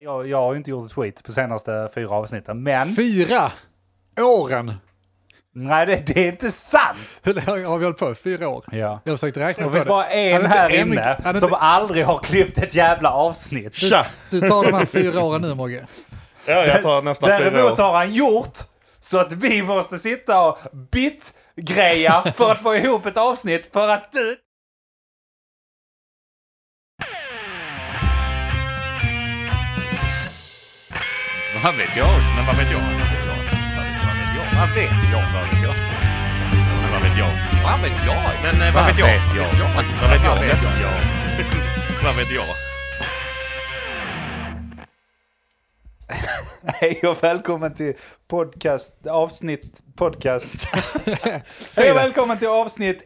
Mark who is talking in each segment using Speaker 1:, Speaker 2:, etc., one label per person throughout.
Speaker 1: Jag har ju inte gjort ett skit på senaste 4 avsnitten, men...
Speaker 2: 4 åren!
Speaker 1: Nej, det är inte sant!
Speaker 2: Hur länge har vi hållit på? 4 år?
Speaker 1: Ja.
Speaker 2: Jag har försökt räkna
Speaker 1: Det
Speaker 2: på
Speaker 1: finns
Speaker 2: det.
Speaker 1: bara en här inne som aldrig har klippt ett jävla avsnitt.
Speaker 3: Tja!
Speaker 2: Du tar de här 4 åren nu, Mogge.
Speaker 3: Ja, jag tar nästan 4
Speaker 1: Däremot
Speaker 3: år.
Speaker 1: har han gjort så att vi måste sitta och greja för att få ihop ett avsnitt för att du...
Speaker 4: Vad vet jag? Men vad vet jag? Vad vet jag? Vad vet jag? Men vad vet jag? Vad vet jag? Men vad vet jag? Vad vet jag? Vad vet jag? Vad vet jag?
Speaker 1: Hej och välkommen till podcast. Hej och välkommen till avsnitt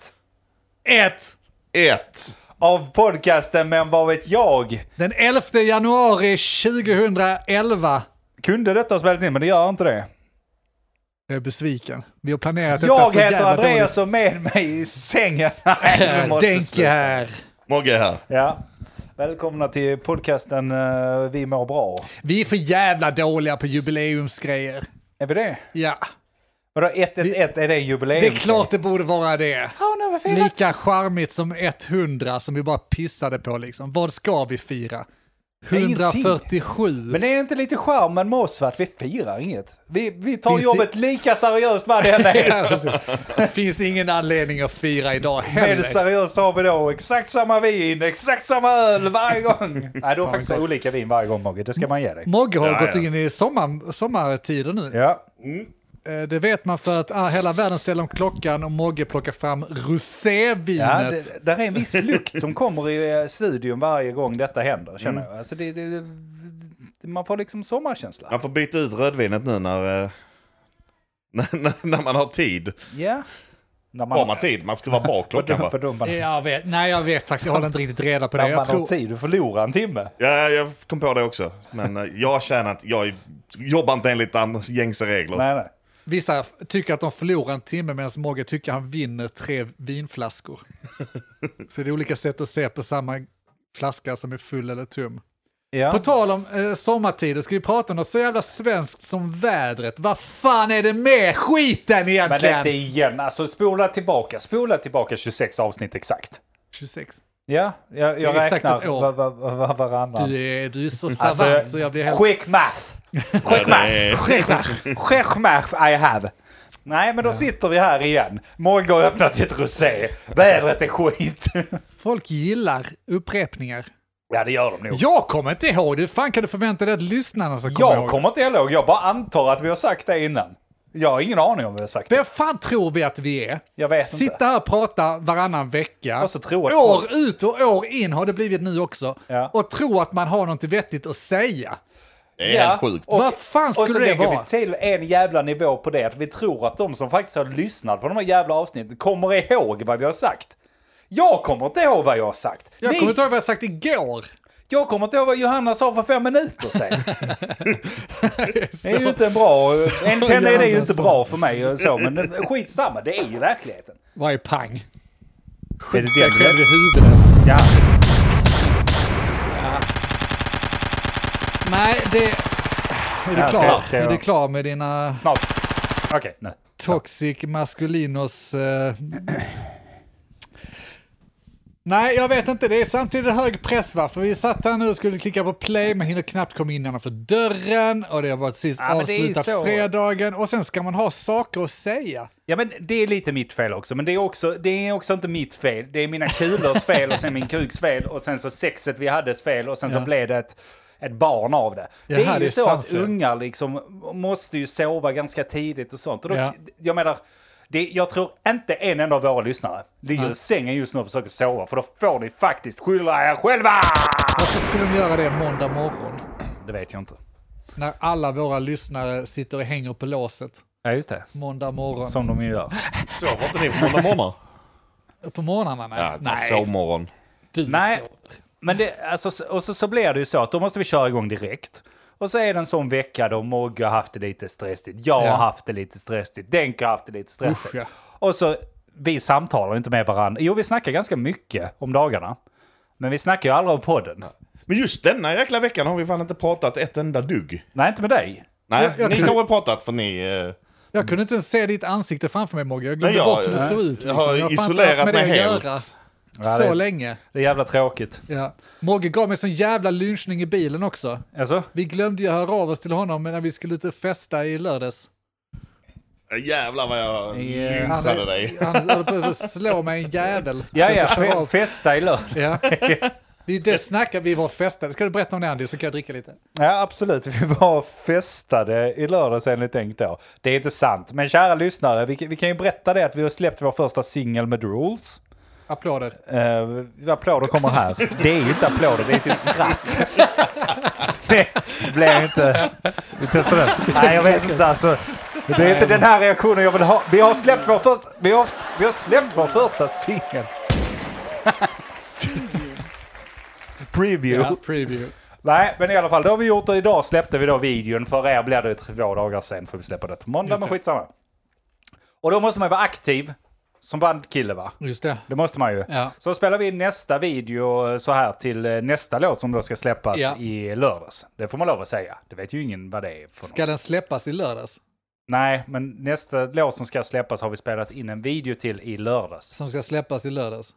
Speaker 1: 1 av podcasten Men vad vet jag?
Speaker 2: Den 11 januari 2011.
Speaker 1: Kunde detta ha spelat in, men det gör inte det.
Speaker 2: Jag är besviken. Vi har planerat detta
Speaker 1: Jag
Speaker 2: för
Speaker 1: heter
Speaker 2: jävla
Speaker 1: Andreas och med mig i sängen. Nej, vi
Speaker 2: dåligt.
Speaker 1: måste
Speaker 2: Denke
Speaker 1: sluta.
Speaker 2: här.
Speaker 3: Mogge är här.
Speaker 1: Ja. Välkomna till podcasten Vi mår bra.
Speaker 2: Vi är för jävla dåliga på jubileumsgrejer.
Speaker 1: Är vi det?
Speaker 2: Ja,
Speaker 1: Vadå 111, är det jubileum?
Speaker 2: det är klart det borde vara det.
Speaker 1: Ja, nu har vi firat.
Speaker 2: Lika charmigt som 100 som vi bara pissade på liksom. Vad ska vi fira?
Speaker 1: Ingenting.
Speaker 2: 147.
Speaker 1: Men det är inte lite charmen med oss att vi firar inget. Vi tar
Speaker 2: Finns
Speaker 1: jobbet lika seriöst vad det än är.
Speaker 2: Ja, alltså, det finns ingen anledning att fira idag
Speaker 1: Men
Speaker 2: heller.
Speaker 1: seriöst har vi då exakt samma vin, exakt samma öl varje gång. Nej, då är faktiskt
Speaker 2: gott.
Speaker 1: olika vin varje gång, Mogge. Det ska man ge dig.
Speaker 2: Mogge har
Speaker 3: Ja,
Speaker 2: gått
Speaker 3: ja.
Speaker 2: in i sommartider nu.
Speaker 1: Ja.
Speaker 2: Det vet man för att hela världen ställer om klockan och Mogge plockar fram
Speaker 1: Ja,
Speaker 2: rosévinet.
Speaker 1: det är en viss lukt som kommer i studion varje gång detta händer, känner jag. Alltså man får liksom sommarkänsla.
Speaker 3: Man får byta ut rödvinet nu när man har tid.
Speaker 1: Ja. När
Speaker 3: Har man tid? Man ska vara bak klockan va?
Speaker 2: Jag vet faktiskt, jag håller inte riktigt reda på det.
Speaker 1: När
Speaker 2: Jag
Speaker 1: man
Speaker 2: tror,
Speaker 1: har tid att förlora en timme.
Speaker 3: Ja, jag kom på det också. Men jag känner att jag jobbar inte enligt gängse regler.
Speaker 1: Nej.
Speaker 2: vissa tycker att de förlorar en timme medan Mogge tycker han vinner 3 vinflaskor. Så det är olika sätt att se på samma flaska som är full eller tom.
Speaker 1: Ja.
Speaker 2: På tal om sommartider ska vi prata om något så jävla svenskt som vädret. Vad fan är det med skiten
Speaker 1: Men
Speaker 2: egentligen?
Speaker 1: inte igen. Alltså spola tillbaka 26 avsnitt exakt.
Speaker 2: 26.
Speaker 1: Ja, jag
Speaker 2: är exakt
Speaker 1: räknar
Speaker 2: ett år.
Speaker 1: varannan.
Speaker 2: Du är så savant så jag blir helt...
Speaker 1: Quick math I have. Nej, men då sitter vi här igen. Mogge har öppnat sitt rosé. Vädret är skit.
Speaker 2: Folk gillar upprepningar.
Speaker 1: Ja, det gör de nog.
Speaker 2: Jag kommer inte ihåg det. Fan kan du förvänta dig att lyssnarna ska komma ihåg?
Speaker 1: Jag kommer inte ihåg. Jag bara antar att vi har sagt det innan. Jag har ingen aning om vi har sagt det.
Speaker 2: Vem fan tror vi att vi är?
Speaker 1: Jag vet inte.
Speaker 2: Sitta här och prata varannan vecka.
Speaker 1: Och så tro att
Speaker 2: år
Speaker 1: folk-
Speaker 2: ut och år in har det blivit nu också.
Speaker 1: Ja.
Speaker 2: Och tro att man har något vettigt att säga.
Speaker 3: Det är helt sjukt.
Speaker 2: Vad fan skulle
Speaker 1: och så
Speaker 2: det
Speaker 1: lägger
Speaker 2: vara?
Speaker 1: vi till en jävla nivå på det. Att vi tror att de som faktiskt har lyssnat på de här jävla avsnitten kommer ihåg vad vi har sagt. Jag kommer inte ihåg vad jag har sagt.
Speaker 2: Jag kommer inte ihåg vad jag sagt igår.
Speaker 1: Jag kommer inte ihåg vad Johanna sa för 5 minuter sedan. Det är ju inte bra. Enligt henne är det ju inte bra för mig och så. Men skitsamma, det är ju verkligheten.
Speaker 2: Vad är pang?
Speaker 1: Är det
Speaker 2: Skjut
Speaker 1: det
Speaker 2: dig
Speaker 1: du
Speaker 2: själv
Speaker 1: vet?
Speaker 2: i huvudet.
Speaker 1: Ja.
Speaker 2: Nej, det... Är du
Speaker 1: Ja,
Speaker 2: klar?
Speaker 1: ska jag
Speaker 2: Är du
Speaker 1: göra?
Speaker 2: klar med dina
Speaker 1: Snart. Okej, nu.
Speaker 2: toxic masculinos... Nej, jag vet inte. Det är samtidigt hög press va? För vi satt här nu och skulle klicka på play men hinner knappt komma in innanför dörren och det har varit sist
Speaker 1: Ja, men det är ju
Speaker 2: avslutat
Speaker 1: så.
Speaker 2: fredagen och sen ska man ha saker att säga.
Speaker 1: Ja, men det är lite mitt fel också. Men det är också inte mitt fel. Det är mina kulors fel och sen min kuks fel. Och sen så sexet vi hades fel och sen så
Speaker 2: Ja.
Speaker 1: blev det ett barn av det.
Speaker 2: Ja,
Speaker 1: det är
Speaker 2: det
Speaker 1: ju
Speaker 2: är
Speaker 1: så att
Speaker 2: samspel.
Speaker 1: ungar liksom måste ju sova ganska tidigt och sånt. Och då,
Speaker 2: Ja.
Speaker 1: jag menar, jag tror inte en enda av våra lyssnare ligger i sängen just nu och försöker sova. För då får ni faktiskt skylla er själva!
Speaker 2: Varför skulle de göra det måndag morgon?
Speaker 1: Det vet jag inte.
Speaker 2: När alla våra lyssnare sitter och hänger på låset.
Speaker 1: Ja, just det.
Speaker 2: Måndag morgon.
Speaker 1: Som de ju gör.
Speaker 3: Sover inte ni på måndag morgon?
Speaker 2: På morgnarna? Nej.
Speaker 3: Ja, sovmorgon.
Speaker 2: Du
Speaker 1: Nej.
Speaker 2: sover.
Speaker 1: Men det, alltså, och så blir det ju så att då måste vi köra igång direkt. Och så är det en sån vecka då Mogge har haft det lite stressigt. Jag
Speaker 2: Ja.
Speaker 1: har haft det lite stressigt. Denke har haft det lite stressigt.
Speaker 2: Usch, ja.
Speaker 1: Och så, vi samtalar inte med varandra. Jo, vi snackar ganska mycket om dagarna. Men vi snackar ju aldrig om podden.
Speaker 3: Men just denna jäkla veckan har vi fan inte pratat ett enda dugg.
Speaker 1: Nej, inte med dig.
Speaker 3: Nej,
Speaker 2: Jag
Speaker 3: ni
Speaker 2: kunde-
Speaker 3: har väl pratat för ni...
Speaker 2: Jag kunde inte ens se ditt ansikte framför mig, Mogge. Jag glömde
Speaker 3: Nej,
Speaker 2: bort hur det såg ut.
Speaker 3: jag har
Speaker 2: fan inte
Speaker 3: isolerat
Speaker 2: haft med
Speaker 3: mig
Speaker 2: det att
Speaker 3: helt.
Speaker 2: göra
Speaker 1: Ja,
Speaker 2: så
Speaker 1: det-
Speaker 2: länge.
Speaker 1: Det är jävla tråkigt.
Speaker 2: Ja. Mogge gav mig sån jävla lynchning i bilen också.
Speaker 1: Alltså?
Speaker 2: Vi glömde ju höra av oss till honom när vi skulle ut och festa i lördags.
Speaker 3: Jävlar vad jag
Speaker 2: Han
Speaker 3: lynchade dig.
Speaker 2: höll på att slå mig en jävel.
Speaker 1: Ja,
Speaker 2: Så jag kör av.
Speaker 1: festa i lördag.
Speaker 2: Ja. Det snackar vi var festade. Ska du berätta om det, Andy, så kan jag dricka lite.
Speaker 1: Ja, absolut. Vi var festade i lördags enligt tänkt då. Det är inte sant. Men kära lyssnare, vi kan ju berätta det att vi har släppt vår första singel med The Rules.
Speaker 2: Applåder.
Speaker 1: Applåder kommer här. Det är ju inte applåder, det är typ skratt. Det blir inte... Vi testar den. Nej, jag vet inte alltså. Det är inte den här reaktionen jag vill ha. Vi har släppt vår första singel. Preview.
Speaker 2: Ja, preview.
Speaker 1: Nej, men i alla fall, det har vi gjort och idag släppte vi då videon. För er blir det 2 dagar sen för vi släpper det på måndag,
Speaker 2: Just
Speaker 1: men
Speaker 2: det.
Speaker 1: skitsamma. Och då måste man vara aktiv som bandkille, va?
Speaker 2: Just det.
Speaker 1: Det måste man ju.
Speaker 2: Ja.
Speaker 1: Så spelar vi nästa video så här till nästa låt som då ska släppas
Speaker 2: Ja.
Speaker 1: i lördags. Det får man lov att säga. Det vet ju ingen vad det är för
Speaker 2: Ska
Speaker 1: något.
Speaker 2: den släppas i lördags?
Speaker 1: Nej, men nästa låt som ska släppas har vi spelat in en video till i lördags.
Speaker 2: Som ska släppas i lördags?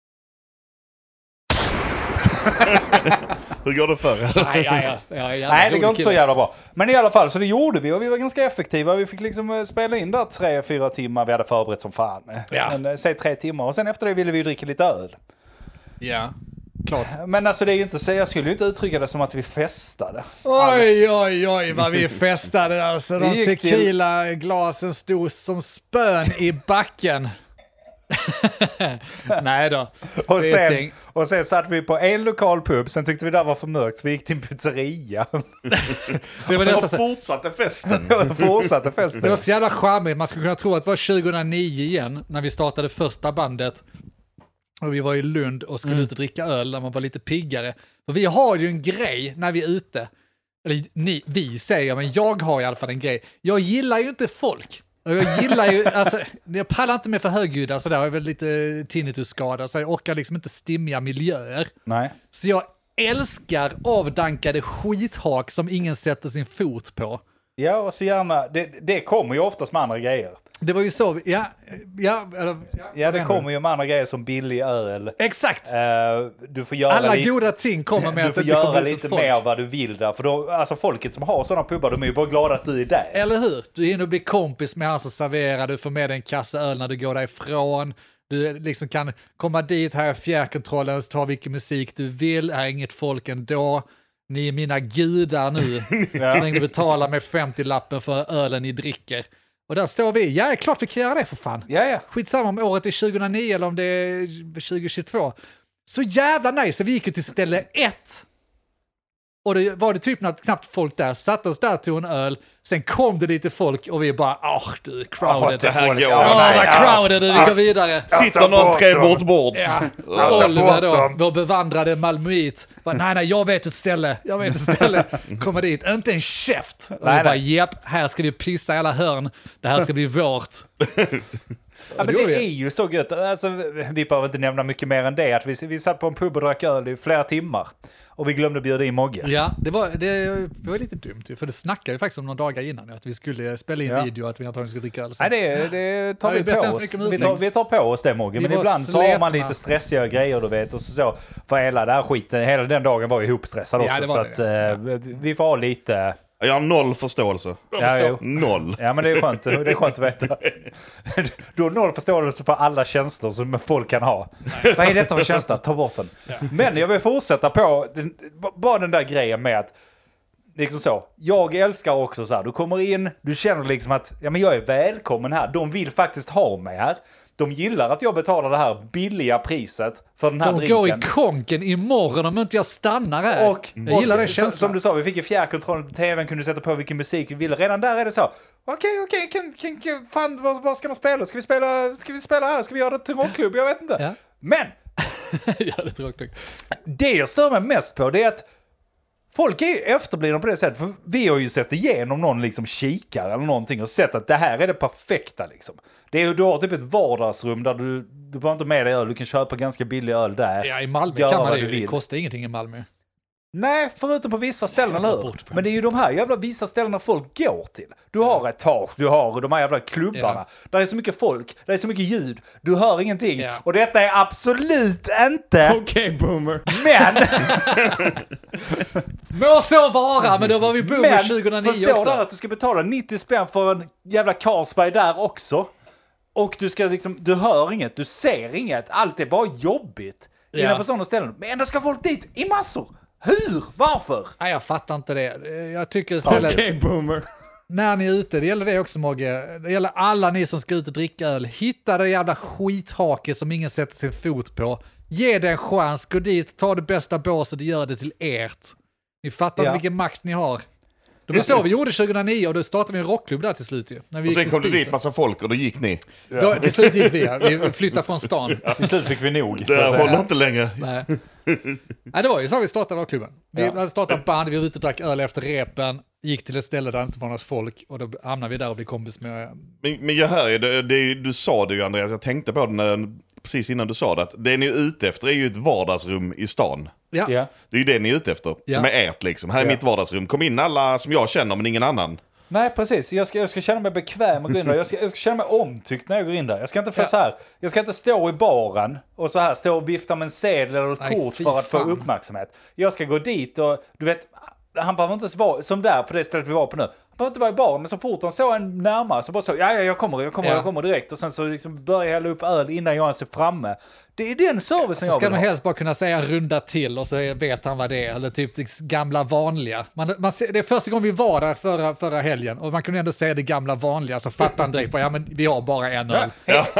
Speaker 3: Hur går det för er?
Speaker 1: Nej, det går inte så jävla bra. Men i alla fall, så det gjorde vi och vi var ganska effektiva. Vi fick liksom spela in där 3-4 timmar. Vi hade förberett som fan.
Speaker 2: Ja.
Speaker 1: Men säg 3 timmar och sen efter det ville vi dricka lite öl.
Speaker 2: Ja, klart.
Speaker 1: Men alltså det är ju inte så, jag skulle ju inte uttrycka det som att vi festade.
Speaker 2: Oj, vad vi festade alltså.
Speaker 1: Vi
Speaker 2: De
Speaker 1: gick till-
Speaker 2: tequila-glasen stod som spön i backen. Nej då.
Speaker 1: Och
Speaker 2: Det är
Speaker 1: sen,
Speaker 2: ting.
Speaker 1: och sen satt vi på en lokal pub, sen tyckte vi där var för mörkt så vi gick till en pizzeria.
Speaker 2: Det var
Speaker 3: De
Speaker 2: nästan så.
Speaker 3: fortsatte festen.
Speaker 1: Och fortsatte
Speaker 2: Det var
Speaker 1: festen.
Speaker 2: så jävla charmigt. Man skulle kunna tro att det var 2009 igen när vi startade första bandet. Och vi var i Lund och skulle ut och dricka öl när man var lite piggare. För vi har ju en grej när vi är ute. Eller vi säger, men jag har i alla fall en grej. Jag gillar ju inte folk. Och jag gillar ju, alltså, jag pallar inte med för högljudda sådär. Jag är väl lite tinnitusskadad så jag orkar liksom inte stimmiga miljöer.
Speaker 1: Nej.
Speaker 2: Så jag älskar avdankade skithak som ingen sätter sin fot på.
Speaker 1: Ja, och så gärna, det kommer ju oftast med andra grejer.
Speaker 2: Det var ju så, ja,
Speaker 1: Ja, det kommer ju med andra grejer som billig öl.
Speaker 2: Exakt!
Speaker 1: Du får göra
Speaker 2: Alla
Speaker 1: lite,
Speaker 2: goda ting kommer med
Speaker 1: du
Speaker 2: att
Speaker 1: får
Speaker 2: det inte
Speaker 1: göra
Speaker 2: kommer ut
Speaker 1: lite
Speaker 2: folk.
Speaker 1: mer vad du vill där. För då, alltså folket som har sådana pubbar, de är ju bara glada att du är där.
Speaker 2: Eller hur? Du hinner bli kompis med han som serverar, du får med dig en kasse öl när du går därifrån. Du liksom kan komma dit, här är fjärrkontrollen, ta vilken musik du vill, här är inget folk ändå. Ni är mina gudar nu. Så länge du betalar med 50-lappen för ölen ni dricker. Och där står vi, ja, klart vi kan göra det för fan.
Speaker 1: Ja.
Speaker 2: Skitsamma om året är 2009 eller om det är 2022. Så jävla nice, vi gick ju till ställe 1. Och det var det typ knappt folk där, satt oss där, tog en öl, sen kom det lite folk och vi bara, du, crowded.
Speaker 3: Det här går.
Speaker 2: Vad crowded, vi går vidare.
Speaker 3: Sitter någon tre bort.
Speaker 2: Ja,
Speaker 1: Allt
Speaker 2: Oliver då,
Speaker 1: bortom.
Speaker 2: vår bevandrade malmöit. Bara, nej, jag vet ett ställe. Kommer dit, inte en käft. Och vi bara,
Speaker 1: nej.
Speaker 2: japp, här ska vi pissa i alla hörn. Det här ska bli vårt.
Speaker 1: Ja, men det är ju så gött. Alltså, vi behöver inte nämna mycket mer än det. Att vi satt på en pub och drack öl i flera timmar. Och vi glömde bjuda in Mogge.
Speaker 2: Ja, det var lite dumt ju, för det snackade vi faktiskt om några dagar innan, att vi skulle spela in video och att vi antagligen skulle dricka öl.
Speaker 1: Nej, det tar
Speaker 2: Ja,
Speaker 1: vi
Speaker 2: vi bestämt
Speaker 1: på oss.
Speaker 2: mycket om
Speaker 1: Vi tar på oss det, Mogge.
Speaker 2: Vi
Speaker 1: Men
Speaker 2: var
Speaker 1: ibland så har man
Speaker 2: sletna.
Speaker 1: lite stressiga grejer, du vet. Och så. För hela den här skiten, hela den dagen var ju ihopstressad
Speaker 2: Ja,
Speaker 1: också.
Speaker 2: det
Speaker 1: Så
Speaker 2: var
Speaker 1: att
Speaker 2: det,
Speaker 1: vi får ha lite...
Speaker 3: Jag har noll förståelse.
Speaker 1: Ja, jo.
Speaker 3: 0.
Speaker 1: Ja, men det är skönt. Det är skönt att veta. Du har noll förståelse för alla känslor som folk kan ha. Vad är detta för känsla? Ta bort den. Men jag vill fortsätta på bara den där grejen med att liksom så. Jag älskar också så här. Du kommer in, du känner liksom att ja, men jag är välkommen här. De vill faktiskt ha mig här. De gillar att jag betalar det här billiga priset för den här
Speaker 2: De
Speaker 1: drinken.
Speaker 2: går i konken imorgon om inte jag stannar här. Jag gillar den känslan.
Speaker 1: Som du sa, vi fick ju fjärrkontrollen på tvn, kunde sätta på vilken musik vi ville. Redan där är det så. Okej, fan, vad ska de spela? Ska vi spela här? Ska vi göra det till rockklubb? Jag vet inte.
Speaker 2: Ja.
Speaker 1: Men
Speaker 2: Ja, det tror jag.
Speaker 1: det jag stör mig mest på det är att folk är ju efterblivna på det sättet. För vi har ju sett igenom någon liksom kikare eller någonting och sett att det här är det perfekta liksom. Det är ju, du har typ ett vardagsrum där du behöver inte med dig öl. Du kan köpa ganska billig öl där.
Speaker 2: Ja, i Malmö
Speaker 1: Göra
Speaker 2: kan man
Speaker 1: vad
Speaker 2: det
Speaker 1: du
Speaker 2: ju.
Speaker 1: vill.
Speaker 2: Det kostar ingenting i Malmö.
Speaker 1: Nej, förutom på vissa ställen, eller hur? Men det är ju de här jävla vissa ställena folk går till. Du har ett tak, du har de här jävla klubbarna. Där är så mycket folk, där är så mycket ljud. Du hör ingenting. Och detta är absolut inte...
Speaker 5: Okej, boomer.
Speaker 1: Men...
Speaker 2: Må så vara, men då var vi boomer 2009
Speaker 1: förstår
Speaker 2: också.
Speaker 1: du att du ska betala 90 spänn för en jävla Carlsberg där också? Och du ska liksom, du hör inget, du ser inget. Allt är bara jobbigt. Innan på sådana ställen. Men ändå ska folk dit i massor. Hur? Varför?
Speaker 2: Nej, jag fattar inte det. Jag tycker istället...
Speaker 5: Okej, boomer.
Speaker 2: När ni är ute, det gäller det också Mogge. Det gäller alla ni som ska ut och dricka öl. Hitta det jävla skithake som ingen sätter sin fot på. Ge det en chans, gå dit, ta det bästa båset och gör det till ert. Ni fattar inte vilken makt ni har. Det var så vi gjorde 2009 och då startade vi en rockklubb där till slut ju. När vi
Speaker 3: Och sen
Speaker 2: gick
Speaker 3: kom det
Speaker 2: till
Speaker 3: dit massa folk och då gick ni.
Speaker 2: då, till slut gick vi flyttade från stan.
Speaker 1: Till slut fick vi nog.
Speaker 3: Det håller inte längre.
Speaker 2: Nej. Nej, det var ju så vi startade rockklubben. Vi hade startat band, vi var ute och drack öl efter repen, gick till ett ställe där det inte var något folk och då hamnade vi där och blev kompis med...
Speaker 3: Men jag hör ju, du sa det ju Andreas, jag tänkte på det precis innan du sa det, att det ni är ute efter är ju ett vardagsrum i stan.
Speaker 2: Ja.
Speaker 1: Ja.
Speaker 3: Det är ju det ni är ute efter, som är ert liksom. Här är mitt vardagsrum, kom in alla som jag känner men ingen annan.
Speaker 1: Nej, precis. Jag ska känna mig bekväm och gå in där. Jag ska känna mig omtyckt när jag går in där. Jag ska inte få så här. Jag ska inte stå i baren och så här stå och vifta med en sedel eller ett kort för att få uppmärksamhet. Jag ska gå dit och du vet, han behöver inte vara som där på det stället vi var på nu. Han behöver inte vara i baren, men så fort han såg en närmare så bara så, jag kommer direkt. Och sen så liksom börjar jag hälla upp öl innan jag ens är framme. Det är den servicen
Speaker 2: Så
Speaker 1: jag
Speaker 2: ska
Speaker 1: vill
Speaker 2: man
Speaker 1: ha.
Speaker 2: helst bara kunna säga runda till och så vet han vad det är. Eller typ det gamla vanliga. Det är första gången vi var där förra helgen och man kunde ändå säga det gamla vanliga så fattar han direkt på, men vi har bara en öl.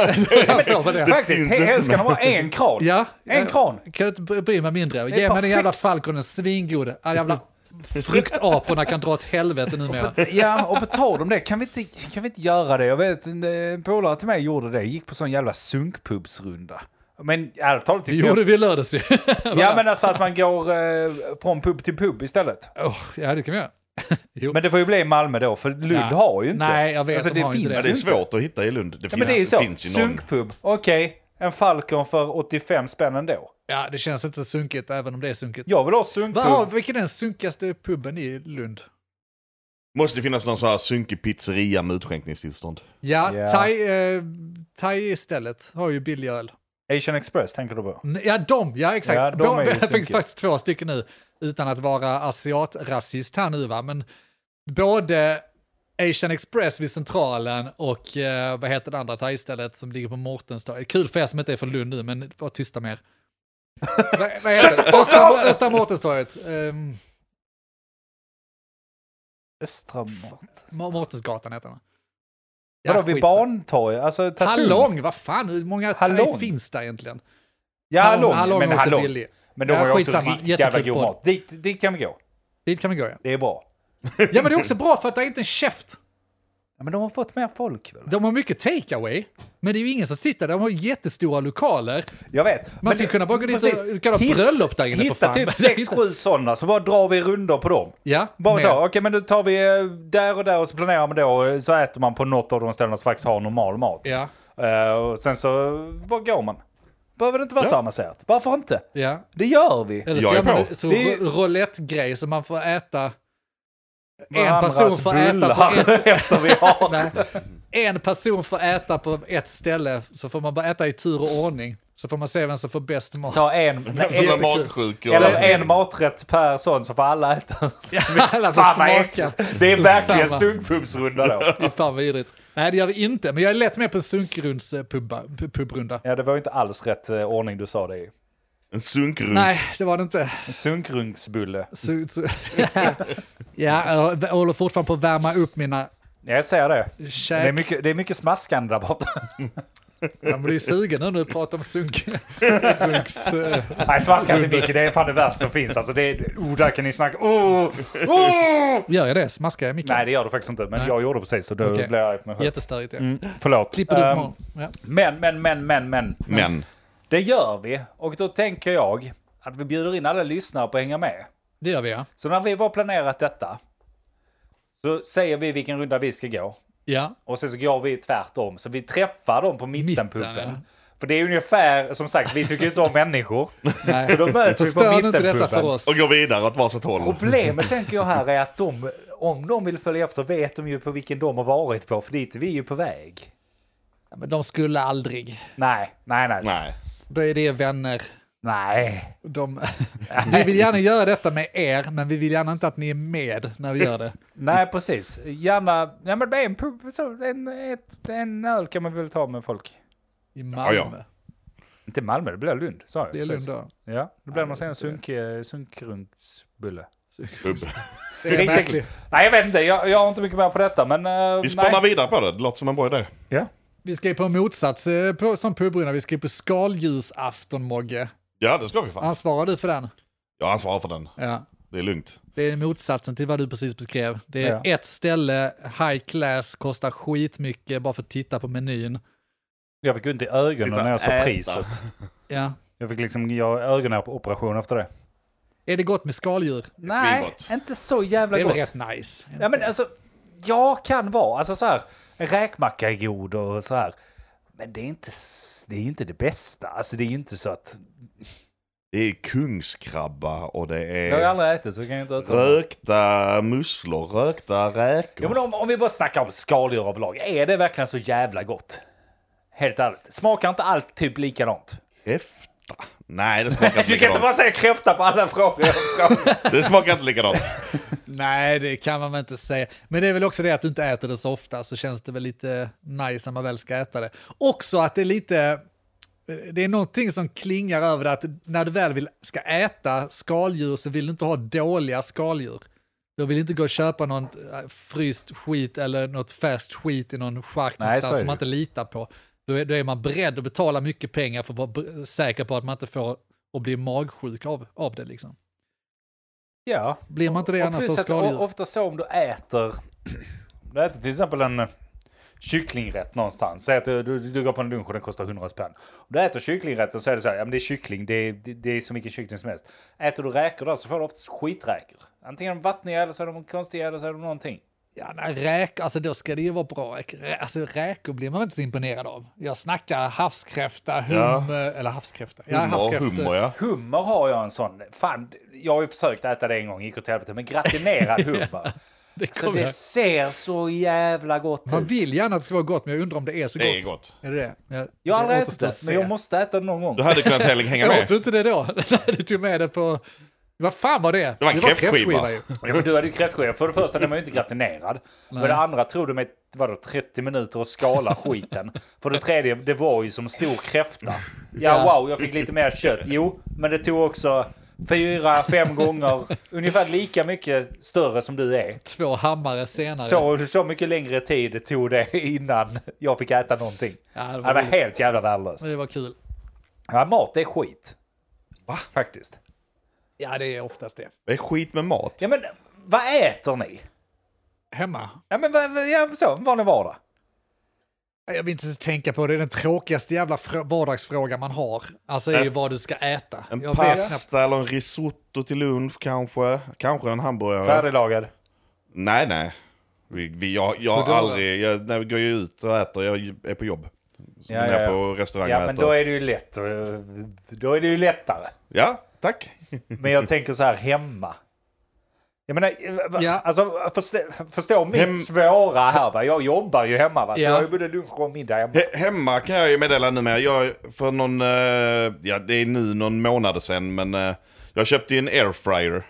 Speaker 1: Faktiskt, helst ska de ha en kran.
Speaker 2: Ja,
Speaker 1: En kran.
Speaker 2: Kan du inte bry mig mindre? Ge mig
Speaker 1: perfekt.
Speaker 2: den jävla falkonen, svingod. Jävla fruktaporna kan dra åt helvete numera.
Speaker 1: Ja, och på tal om det, kan vi inte göra det? Jag vet, en polare till mig gjorde det. Gick på sån jävla sunkpubsrunda. Men ärligt talat
Speaker 2: Det gjorde vi lördags ju.
Speaker 1: Ja, men alltså att man går från pub till pub istället.
Speaker 2: Ja, det kan vi göra. Jo.
Speaker 1: Men det får ju bli i Malmö då, för Lund har ju inte.
Speaker 2: Nej, jag vet.
Speaker 1: Alltså,
Speaker 2: de har inte
Speaker 3: Ja, det är svårt att hitta i Lund.
Speaker 1: Men det är ju så.
Speaker 3: Finns ju någon...
Speaker 1: Sunkpub, okej. En Falcon för 85 spänn ändå.
Speaker 2: Ja, det känns inte så sunkigt även om det är sunkigt.
Speaker 1: Jag vill ha sunkpub.
Speaker 2: Vilken är den sunkigaste puben i Lund?
Speaker 3: Måste det finnas någon sån här sunkig pizzeria med utskänkningstillstånd?
Speaker 2: Ja, Thai istället har ju billig öl.
Speaker 1: Asian Express tänker du på?
Speaker 2: Ja, exakt.
Speaker 1: Ja, de är ju
Speaker 2: Det finns
Speaker 1: sunkiga.
Speaker 2: faktiskt 2 stycken nu, utan att vara asiatrasist här nu va, men både Asian Express vid Centralen och vad heter det andra Thai-stället som ligger på Mårtenstorget. Kul för er som inte är från Lund nu, men var tysta mer. Vad heter det? Östra Mårtenstorget.
Speaker 1: Östra
Speaker 2: Mårtensgatan heter den.
Speaker 1: Vadå, vid
Speaker 2: skitsamma.
Speaker 1: Barntorg? Alltså Tatum.
Speaker 2: Hallong, vad fan, hur många Thai
Speaker 1: Hallong.
Speaker 2: finns där egentligen?
Speaker 1: Ja, Hallong.
Speaker 2: Hallong
Speaker 1: Men
Speaker 2: är också
Speaker 1: Hallong.
Speaker 2: billig.
Speaker 1: Men de har ju också
Speaker 2: skitsamma.
Speaker 1: riktigt jävla
Speaker 2: Jättekul
Speaker 1: god
Speaker 2: podd.
Speaker 1: mat. Dit kan vi gå.
Speaker 2: Dit kan vi gå, ja.
Speaker 1: Det är bra.
Speaker 2: Ja, men det är också bra för att det är inte en käft.
Speaker 1: Ja, men de har fått mer folk väl?
Speaker 2: De har mycket takeaway, men det är ju ingen som sitter där. De har jättestora lokaler.
Speaker 1: Jag vet.
Speaker 2: Man skulle kunna bara gå dit och du kan ha bröllop där inne för
Speaker 1: Hitta
Speaker 2: fan.
Speaker 1: typ 6-7 sådana, så bara drar vi rundor på dem.
Speaker 2: Ja,
Speaker 1: Bara
Speaker 2: med.
Speaker 1: så, okej, men då tar vi där och där och så planerar man då, så äter man på något av de ställena som faktiskt har normal mat.
Speaker 2: Ja,
Speaker 1: Och sen så bara går man. Behöver det inte vara så avancerat. Varför inte?
Speaker 2: ja.
Speaker 1: Det gör vi.
Speaker 2: Eller
Speaker 3: Jag
Speaker 2: så
Speaker 3: är
Speaker 2: gör man
Speaker 3: på.
Speaker 2: så
Speaker 1: Det är-
Speaker 2: roulette-grej så man får äta... En
Speaker 1: Varandras
Speaker 2: person får äta på
Speaker 1: bullar
Speaker 2: ett...
Speaker 1: efter vi har.
Speaker 2: Nej. En person får äta på ett ställe, så får man bara äta i tur och ordning. Så får man se vem som får bäst mat.
Speaker 1: Ta en
Speaker 3: Som är
Speaker 2: jättekul.
Speaker 3: magsjuk. och-
Speaker 1: eller en maträtt per sån, så får alla äta.
Speaker 2: Alla får
Speaker 1: Fan vad
Speaker 2: smaka.
Speaker 1: äckligt. Det är verkligen
Speaker 2: Samma.
Speaker 1: sunkpubsrunda då.
Speaker 2: Fy fan vad vidrigt. Nej, det gör vi inte. Men jag är lätt med på en sunkrunds-pubrunda.
Speaker 1: Ja, det var ju inte alls rätt ordning du sa det i.
Speaker 3: En sunkrunk.
Speaker 2: Nej, det var det inte.
Speaker 1: En sunkrunksbulle.
Speaker 2: Ja, jag håller fortfarande på att värma upp mina
Speaker 1: Jag ser det.
Speaker 2: käk.
Speaker 1: Det är mycket smaskande där borta.
Speaker 2: Man blir ju sugen nu när du pratar om
Speaker 1: Nej, smaska inte mycket. Det är fan det värsta som finns. Alltså, det är, där kan ni snacka.
Speaker 2: Gör jag det? Smaskar jag mycket?
Speaker 1: Nej, det gör du faktiskt inte. Men
Speaker 2: Nej.
Speaker 1: jag gjorde precis, så då
Speaker 2: Okej.
Speaker 1: blev jag arg på mig själv.
Speaker 2: Jättestörigt, ja.
Speaker 1: Förlåt.
Speaker 2: Klipper du imorgon? Ja.
Speaker 1: Men. Det gör vi. Och då tänker jag att vi bjuder in alla lyssnare på att hänga med.
Speaker 2: Det gör vi, ja.
Speaker 1: Så när vi har planerat detta så säger vi vilken runda vi ska gå.
Speaker 2: Ja,
Speaker 1: Och sen så går vi tvärtom. Så vi träffar dem på mittenpuben.
Speaker 2: Mitten, ja.
Speaker 1: För det är ungefär, som sagt, vi tycker inte om människor.
Speaker 2: Nej.
Speaker 1: Så då möts vi på
Speaker 2: Förstör inte detta för
Speaker 1: mittenpubben.
Speaker 2: oss.
Speaker 3: Och går vidare åt varsitt håll.
Speaker 1: Problemet tänker jag här är att om de vill följa efter vet de ju på vilken de har varit på. För dit är vi ju på väg.
Speaker 2: Ja, men de skulle aldrig.
Speaker 1: Nej.
Speaker 3: Nej.
Speaker 2: Då är det vänner.
Speaker 1: Nej.
Speaker 2: Vi vill gärna göra detta med er, men vi vill gärna inte att ni är med när vi gör det.
Speaker 1: Nej, precis. Gärna, ja men det är en öl kan man väl ta med folk.
Speaker 2: I Malmö.
Speaker 3: Ja.
Speaker 1: Inte Malmö, det blir Lund, sa jag.
Speaker 2: Det är Lund då.
Speaker 1: Ja, det blir någon sån sunkrunksbulle.
Speaker 2: Det är verkligt.
Speaker 1: Nej, jag vet inte, jag har inte mycket mer på detta, men...
Speaker 3: Vi spanar vidare på det låter som en bra idé.
Speaker 1: Ja.
Speaker 2: Vi ska ju på motsats som pubbrunnar. Vi ska ju på skaldjursafton, Mogge.
Speaker 3: Ja, det ska vi fan.
Speaker 2: Ansvarar du för den?
Speaker 3: Jag ansvarar för den.
Speaker 2: Ja.
Speaker 3: Det är lugnt.
Speaker 2: Det är motsatsen till vad du precis beskrev. Det är
Speaker 1: Ja.
Speaker 2: ett ställe, high class, kostar skitmycket bara för att titta på menyn.
Speaker 1: Jag fick ont i ögonen
Speaker 3: Titta,
Speaker 1: när jag såg
Speaker 3: äta.
Speaker 1: priset.
Speaker 2: Ja.
Speaker 1: Jag fick liksom göra ögonoperation efter det.
Speaker 2: Är det gott med skaldjur?
Speaker 1: Nej,
Speaker 3: svingott.
Speaker 1: inte så jävla
Speaker 2: Det är väl
Speaker 1: gott.
Speaker 2: rätt nice.
Speaker 1: Ja, men alltså, jag kan vara, alltså så här, en räkmacka är god och så här. Men det är inte det bästa. Alltså det är ju inte så att...
Speaker 3: Det är kungskrabba och det
Speaker 1: Jag har
Speaker 3: är
Speaker 1: aldrig ätit så kan jag inte uttala.
Speaker 3: rökta musslor, rökta räkor.
Speaker 1: Ja, men om vi bara snackar om skaldjur överlag, är det verkligen så jävla gott? Helt ärligt. Smakar inte allt typ likadant?
Speaker 3: Kräfta? Nej, det smakar inte
Speaker 1: Du kan inte bara
Speaker 3: likadant.
Speaker 1: säga kräfta på alla frågor.
Speaker 3: Det smakar inte likadant.
Speaker 2: Nej, det kan man väl inte säga. Men det är väl också det att du inte äter det så ofta, så känns det väl lite nice när man väl ska äta det. Också att det är lite... Det är någonting som klingar över det, att när du väl ska äta skaldjur så vill du inte ha dåliga skaldjur. Du vill inte gå och köpa någon fryst skit eller något färskt skit i någon chark
Speaker 1: Nej,
Speaker 2: någonstans
Speaker 1: så är
Speaker 2: som man
Speaker 1: det.
Speaker 2: inte litar på. Då är man beredd att betala mycket pengar för att vara säker på att man inte får att bli magsjuk av det liksom.
Speaker 1: Ja.
Speaker 2: Blir man inte det annars så skaldjur?
Speaker 1: Ofta så om du äter till exempel en kycklingrätt någonstans. Säg att du går på en lunch och den kostar 100 spänn. Om du äter kycklingrätten så är det så här, ja men det är kyckling, det är så mycket kyckling som helst. Äter du räkor då så får du oftast skiträkor. Antingen vattniga eller så är de konstiga eller så är de någonting.
Speaker 2: Ja, nej, räkor, alltså då ska det ju vara bra. Alltså räkor blir man inte så imponerad av. Jag snackar havskräfta, eller havskräfta. Ja,
Speaker 3: Hummer, ja.
Speaker 1: Hummer har jag en sån. Fan, jag har ju försökt äta det en gång, gick åt helvete. Men gratinerad hummer. Så det ser så jävla gott
Speaker 2: Man
Speaker 1: ut.
Speaker 2: vill gärna att det ska vara gott, men jag undrar om det är så
Speaker 3: Det
Speaker 2: gott.
Speaker 3: är gott.
Speaker 2: Är det det?
Speaker 1: Jag har aldrig
Speaker 2: det
Speaker 1: ätit
Speaker 2: återstår
Speaker 1: det,
Speaker 2: att se.
Speaker 1: men jag måste äta det någon gång.
Speaker 3: Du hade kunnat hänga med.
Speaker 2: Åt du inte det då? Du tog med det på... Vad fan var det?
Speaker 3: Det var en kräftskiva.
Speaker 2: ju.
Speaker 1: Ja, men du hade ju kräftskiva. För det första, den var ju inte gratinerad. För det andra tog det mig 30 minuter att skala skiten. För det tredje, det var ju som stor kräfta. Ja, wow, jag fick lite mer kött. Jo, men det tog också 4-5 gånger ungefär lika mycket större som du är.
Speaker 2: 2 hammare senare.
Speaker 1: Så mycket längre tid tog det innan jag fick äta någonting.
Speaker 2: Ja,
Speaker 1: Det var helt jävla värdelöst.
Speaker 2: Det var kul.
Speaker 1: Ja, mat är skit. Va? Faktiskt.
Speaker 2: Ja, det är oftast det.
Speaker 3: Det är skit med mat.
Speaker 1: Ja, men vad äter ni?
Speaker 2: Hemma.
Speaker 1: Ja, men vad ni vardag?
Speaker 2: Jag vill inte tänka på det. Det är den tråkigaste jävla vardagsfrågan man har. Alltså är ju vad du ska äta.
Speaker 3: En
Speaker 2: Jag vet knappt.
Speaker 3: pasta eller en risotto till lunch kanske. Kanske en hamburgare.
Speaker 1: Färdiglagad?
Speaker 3: Nej. Jag har aldrig... När vi går ju ut och äter, jag är på jobb. Så när jag är på restaurang och
Speaker 1: Ja,
Speaker 3: äter.
Speaker 1: men då är det ju lätt. Då är det ju lättare.
Speaker 3: Ja, tack.
Speaker 1: Men jag tänker så här hemma. Jag menar,
Speaker 2: Ja.
Speaker 1: alltså förstå mitt svåra här va. Jag jobbar ju hemma va. Så
Speaker 2: Ja.
Speaker 1: jag har ju både lunch och middag hemma.
Speaker 3: Hemma kan jag ju meddela numera. Jag för någon... det är nu någon månad sedan, men jag köpte ju en airfryer.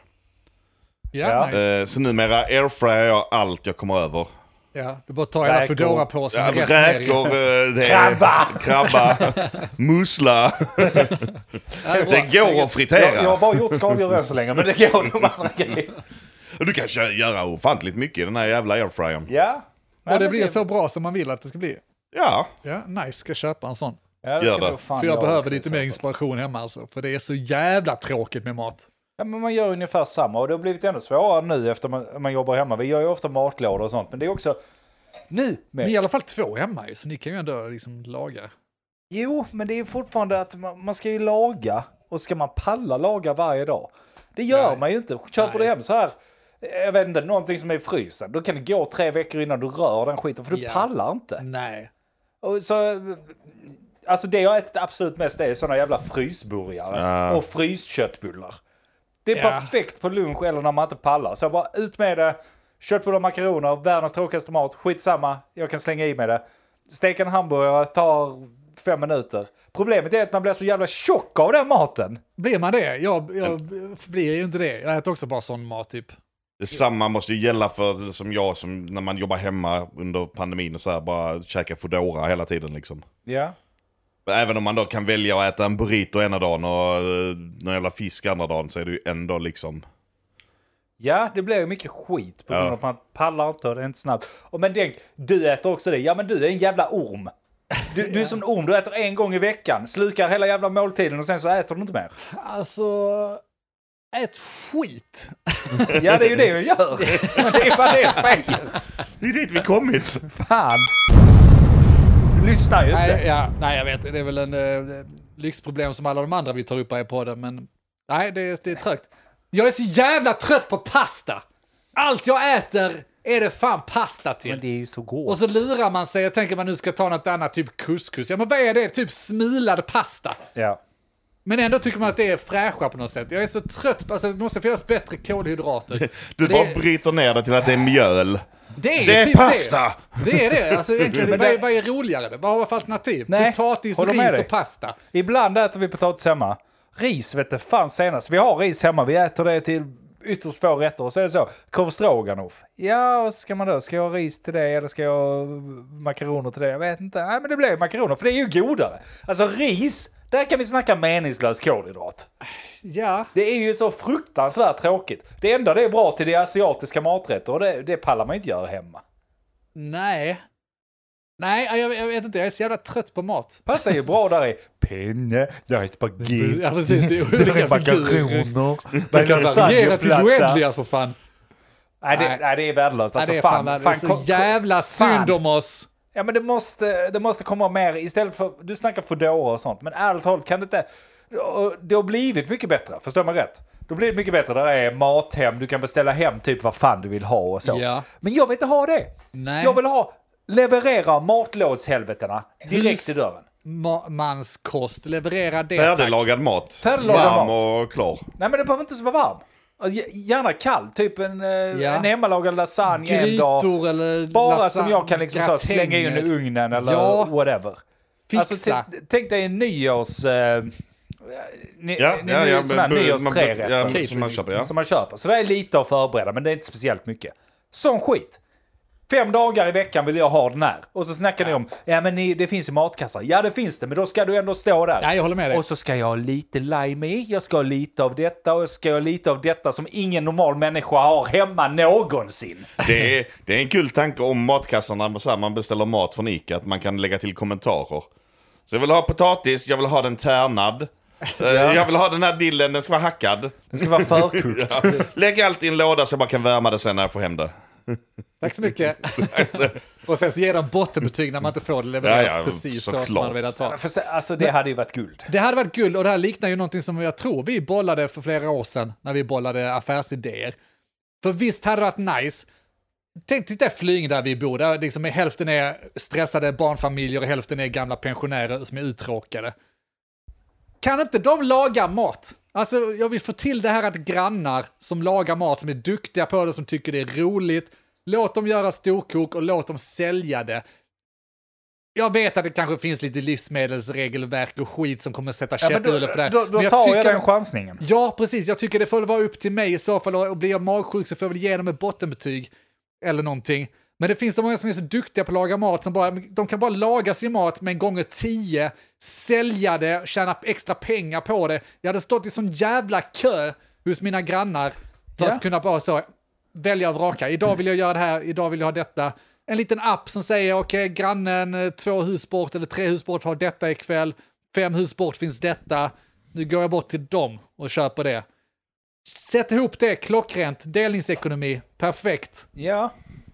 Speaker 2: Ja, nice.
Speaker 3: Så numera airfryer jag allt jag kommer över.
Speaker 2: Ja, du bara tar hela
Speaker 1: Räkor.
Speaker 2: Foodora-påsen
Speaker 3: Ja,
Speaker 2: rätt ner i.
Speaker 3: räkor, det är
Speaker 1: Krabba!
Speaker 3: mussla.
Speaker 2: Ja, det är bra.
Speaker 3: Det går att fritera.
Speaker 1: Jag har bara gjort skaldjur än så länge, men det går de andra grejerna.
Speaker 3: Du kan göra ofantligt mycket i den här jävla airfryern.
Speaker 1: Ja.
Speaker 2: Och det blir så bra som man vill att det ska bli.
Speaker 3: Ja.
Speaker 2: Ja, nice. Ska köpa en sån.
Speaker 1: Ja, det
Speaker 3: Gör
Speaker 1: ska
Speaker 3: det.
Speaker 1: nog fan
Speaker 2: För jag
Speaker 1: också
Speaker 2: behöver
Speaker 1: i
Speaker 2: lite
Speaker 1: så
Speaker 2: mer
Speaker 1: fall.
Speaker 2: inspiration hemma alltså. För det är så jävla tråkigt med mat.
Speaker 1: Ja, men man gör ungefär samma och det har blivit ännu svårare nu efter man jobbar hemma. Vi gör ju ofta matlådor och sånt, men det är också nu med.
Speaker 2: Ni är i alla fall 2 hemma ju, så ni kan ju ändå liksom laga.
Speaker 1: Jo, men det är fortfarande att man ska ju laga och ska man palla laga varje dag. Det gör
Speaker 2: Nej.
Speaker 1: man ju inte. Köper du hem så här, jag vet inte, någonting som är i frysen, då kan det gå 3 veckor innan du rör den skiten, för du
Speaker 2: Ja.
Speaker 1: pallar inte.
Speaker 2: Nej.
Speaker 1: Och så Alltså det jag ätit absolut mest är såna jävla frysburgare och frysköttbullar. Det är perfekt på lunch eller när man inte pallar. Så bara ut med det, köttbullar och makaroner, världens tråkigaste mat, skitsamma, jag kan slänga i med det. Steka en hamburgare tar 5 minuter. Problemet är att man blir så jävla tjock av den maten.
Speaker 2: Blir man det? Jag blir ju inte det. Jag äter också bara sån mat typ.
Speaker 3: Detsamma måste ju gälla för som när man jobbar hemma under pandemin och så här, bara käka Foodora hela tiden liksom.
Speaker 1: Ja.
Speaker 3: Även om man då kan välja att äta en burrito ena dagen och någon jävla fisk andra dagen, så är det ju ändå liksom...
Speaker 1: Ja, det blir ju mycket skit på grund av att man pallar inte och det är inte snabbt. Och men tänk, du äter också det. Ja, men du är en jävla orm. Du är som en orm, du äter en gång i veckan, slukar hela jävla måltiden och sen så äter du inte mer.
Speaker 2: Alltså... Ät skit.
Speaker 1: Ja, det är ju det jag gör. Det är vad det jag säger.
Speaker 3: Det är dit vi kommit.
Speaker 1: Fan. Du lyssnar ju inte.
Speaker 2: Nej, jag vet. Det är väl en lyxproblem som alla de andra vi tar upp här i podden. Men nej, det är trögt. Jag är så jävla trött på pasta. Allt jag äter är det fan pasta till.
Speaker 1: Men det är ju så gott.
Speaker 2: Och så lurar man sig och tänker man nu ska ta något annat, typ couscous. Ja, men vad är det? Typ smilad pasta.
Speaker 1: Ja.
Speaker 2: Men ändå tycker man att det är fräscha på något sätt. Jag är så trött. Alltså, det måste finnas bättre kolhydrater.
Speaker 3: Du bara bryter ner det till att det är mjöl.
Speaker 2: Det är
Speaker 3: typ pasta!
Speaker 2: Det är det. Alltså, egentligen, vad är roligare? Vad har vi för alternativ?
Speaker 1: Nej,
Speaker 2: potatis,
Speaker 1: håller med
Speaker 2: ris
Speaker 1: dig.
Speaker 2: och pasta.
Speaker 1: Ibland äter vi potatis hemma. Ris vet du fan senast. Vi har ris hemma. Vi äter det till ytterst få rätter. Och så är det så. Korv stroganoff. Ja, vad ska man då? Ska jag ha ris till det? Eller ska jag ha makaroner till det? Jag vet inte. Nej, men det blir makaroner. För det är ju godare. Alltså ris, där kan vi snacka meningslös kolhydrat.
Speaker 2: Ja.
Speaker 1: Det är ju så fruktansvärt tråkigt. Det enda det är bra till det asiatiska maträtter. Och det pallar man inte göra hemma.
Speaker 2: Nej, jag vet inte. Jag är så jävla trött på mat.
Speaker 1: Pasta är ju bra där i pinne, där är spaghetti.
Speaker 2: Ja, precis. Det är
Speaker 1: Det är
Speaker 2: olika
Speaker 1: makaroner.
Speaker 2: Det kan variera till oändliga för fan.
Speaker 1: Nej, det är värdelöst. Alltså,
Speaker 2: Det är fan det är så jävla synd om oss.
Speaker 1: Ja, men det måste komma mer istället för, du snackar Foodora och sånt, men ärligt talat kan det inte, det har blivit mycket bättre, förstår man rätt? Det har blivit mycket bättre, där är mathem, du kan beställa hem typ vad fan du vill ha och så.
Speaker 2: Ja.
Speaker 1: Men jag vill inte ha det.
Speaker 2: Nej.
Speaker 1: Jag vill leverera matlådshelvetena direkt i dörren.
Speaker 2: Manskost, leverera det.
Speaker 3: Färdiglagad mat.
Speaker 1: Färdiglagad
Speaker 3: varm
Speaker 1: mat.
Speaker 3: och klar.
Speaker 1: Nej, men det behöver inte vara varm. Gärna kall, typ en hemmalagad lasagne en dag.
Speaker 2: Grytor eller
Speaker 1: bara
Speaker 2: lasagne,
Speaker 1: som jag kan liksom så slänga in i ugnen eller whatever.
Speaker 2: Fixa.
Speaker 1: Alltså, tänk dig en nyårs... nyårs trerätter som man köper. Så det är lite att förbereda, men det är inte speciellt mycket. Sån skit. 5 dagar i veckan vill jag ha den här. Och så snackar ni om, det finns i matkassar. Ja, det finns det, men då ska du ändå stå där.
Speaker 2: Ja, jag håller med dig.
Speaker 1: Och så ska jag ha lite lime i, jag ska ha lite av detta och jag ska ha lite av detta som ingen normal människa har hemma någonsin.
Speaker 3: Det är en kul tanke om matkassarna, så här, man beställer mat från Ica, att man kan lägga till kommentarer. Så jag vill ha potatis, jag vill ha den tärnad. Jag vill ha den här dillen, den ska vara hackad.
Speaker 1: Den ska vara förkokt.
Speaker 3: Lägg allt i en låda så jag bara kan värma det sen när jag får hem det.
Speaker 2: Tack så mycket. Och sen så ger de bottenbetyg när man inte får det levererat precis så som man vill ha.
Speaker 1: Alltså det hade ju varit guld.
Speaker 2: Det hade varit guld, och det här liknar ju någonting som jag tror vi bollade för flera år sedan när vi bollade affärsidéer. För visst hade det varit nice. Tänk dig Flying där vi bor, där liksom hälften är stressade barnfamiljer och hälften är gamla pensionärer som är uttråkade. Kan inte de laga mat? Alltså, jag vill få till det här att grannar som lagar mat, som är duktiga på det, som tycker det är roligt, låt dem göra storkok och låt dem sälja det. Jag vet att det kanske finns lite livsmedelsregelverk och skit som kommer sätta käppar för det.
Speaker 1: Då tar jag den chansningen.
Speaker 2: Ja, precis. Jag tycker det får vara upp till mig i så fall, och blir jag magsjuk så får jag väl ge dem ett bottenbetyg eller någonting. Men det finns så många som är så duktiga på att laga mat som de kan bara laga sin mat med 10, sälja det, tjäna extra pengar på det. Jag hade stått i sån jävla kö hos mina grannar för att kunna bara så välja och vraka. Idag vill jag göra det här, idag vill jag ha detta. En liten app som säger okej, grannen 2 hussport eller 3 hussport har detta ikväll. 5 hussport finns detta. Nu går jag bort till dem och köper det. Sätt ihop det, klockrent, delningsekonomi, perfekt.
Speaker 1: Ja,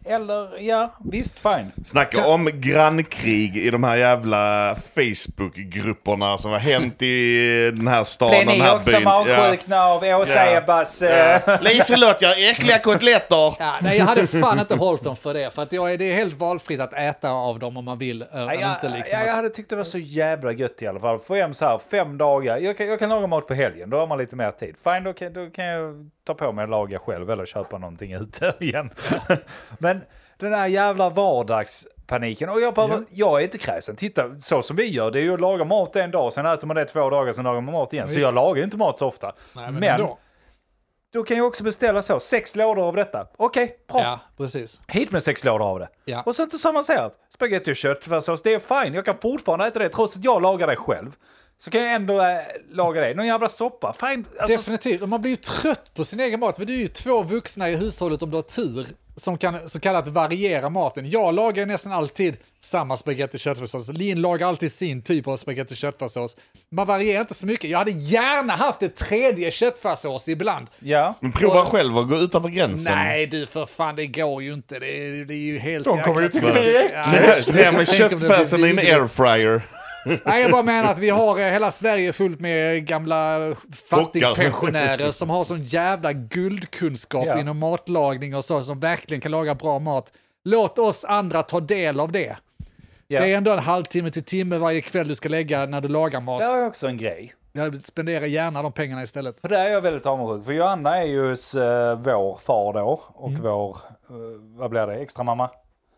Speaker 1: Eller, ja, visst, fine.
Speaker 3: Snacka om grannkrig i de här jävla Facebook-grupperna som har hänt i den här stan och den
Speaker 1: Blir
Speaker 3: här
Speaker 1: ni också
Speaker 3: byn.
Speaker 1: magsjukna av Ebas?
Speaker 3: Liselott, jag har äckliga kotletter.
Speaker 2: Ja, nej, jag hade fan inte hållit dem för det. För att det är helt valfritt att äta av dem om man vill. Inte liksom
Speaker 1: jag hade tyckt det var så jävla gött i alla fall. Få hem så här 5 dagar. Jag kan laga mat på helgen, då har man lite mer tid. Fine, då kan jag ta på mig att laga själv eller köpa någonting ute igen. Men den här jävla vardagspaniken. Och jag är inte kräsen. Titta, så som vi gör, det är ju att laga mat en dag, sen äter man det 2 dagar, sen lagar man mat igen. Så jag lagar ju inte mat så ofta.
Speaker 2: Nej, men
Speaker 1: då kan jag också beställa 6 lådor av detta. Okej, bra.
Speaker 2: Ja, precis.
Speaker 1: Hit med 6 lådor av det.
Speaker 2: Ja.
Speaker 1: Och så inte sammansärat. Spagetti och köttfärssås, det är fine. Jag kan fortfarande äta det trots att jag lagar det själv. Så kan jag ändå laga det. Någon jävla soppa. Fine. Alltså,
Speaker 2: definitivt. Och man blir ju trött på sin egen mat. För det är ju 2 vuxna i hushållet om du har tur som kan så kallat variera maten. Jag lagar nästan alltid samma spagetti och köttfärssås. Lin lagar alltid sin typ av spagetti och köttfärssås. Man varierar inte så mycket. Jag hade gärna haft ett 3:e köttfärssås ibland.
Speaker 1: Ja.
Speaker 3: Men prova själv att gå utanför gränsen.
Speaker 2: Nej du, för fan, det går ju inte. Det är ju helt...
Speaker 1: De kommer ju tycka det är äckligt.
Speaker 3: Det är med köttfärsen i en airfryer.
Speaker 2: Nej, jag bara menar att vi har hela Sverige fullt med gamla fattigpensionärer som har sån jävla guldkunskap inom matlagning och så, som verkligen kan laga bra mat. Låt oss andra ta del av det. Det är ändå en halvtimme till timme varje kväll du ska lägga när du lagar mat.
Speaker 1: Det är också en grej.
Speaker 2: Jag spenderar gärna de pengarna istället.
Speaker 1: För det är jag väldigt avundsjuk. För Johanna är ju vår far då. Och vår, vad blir det, extra mamma?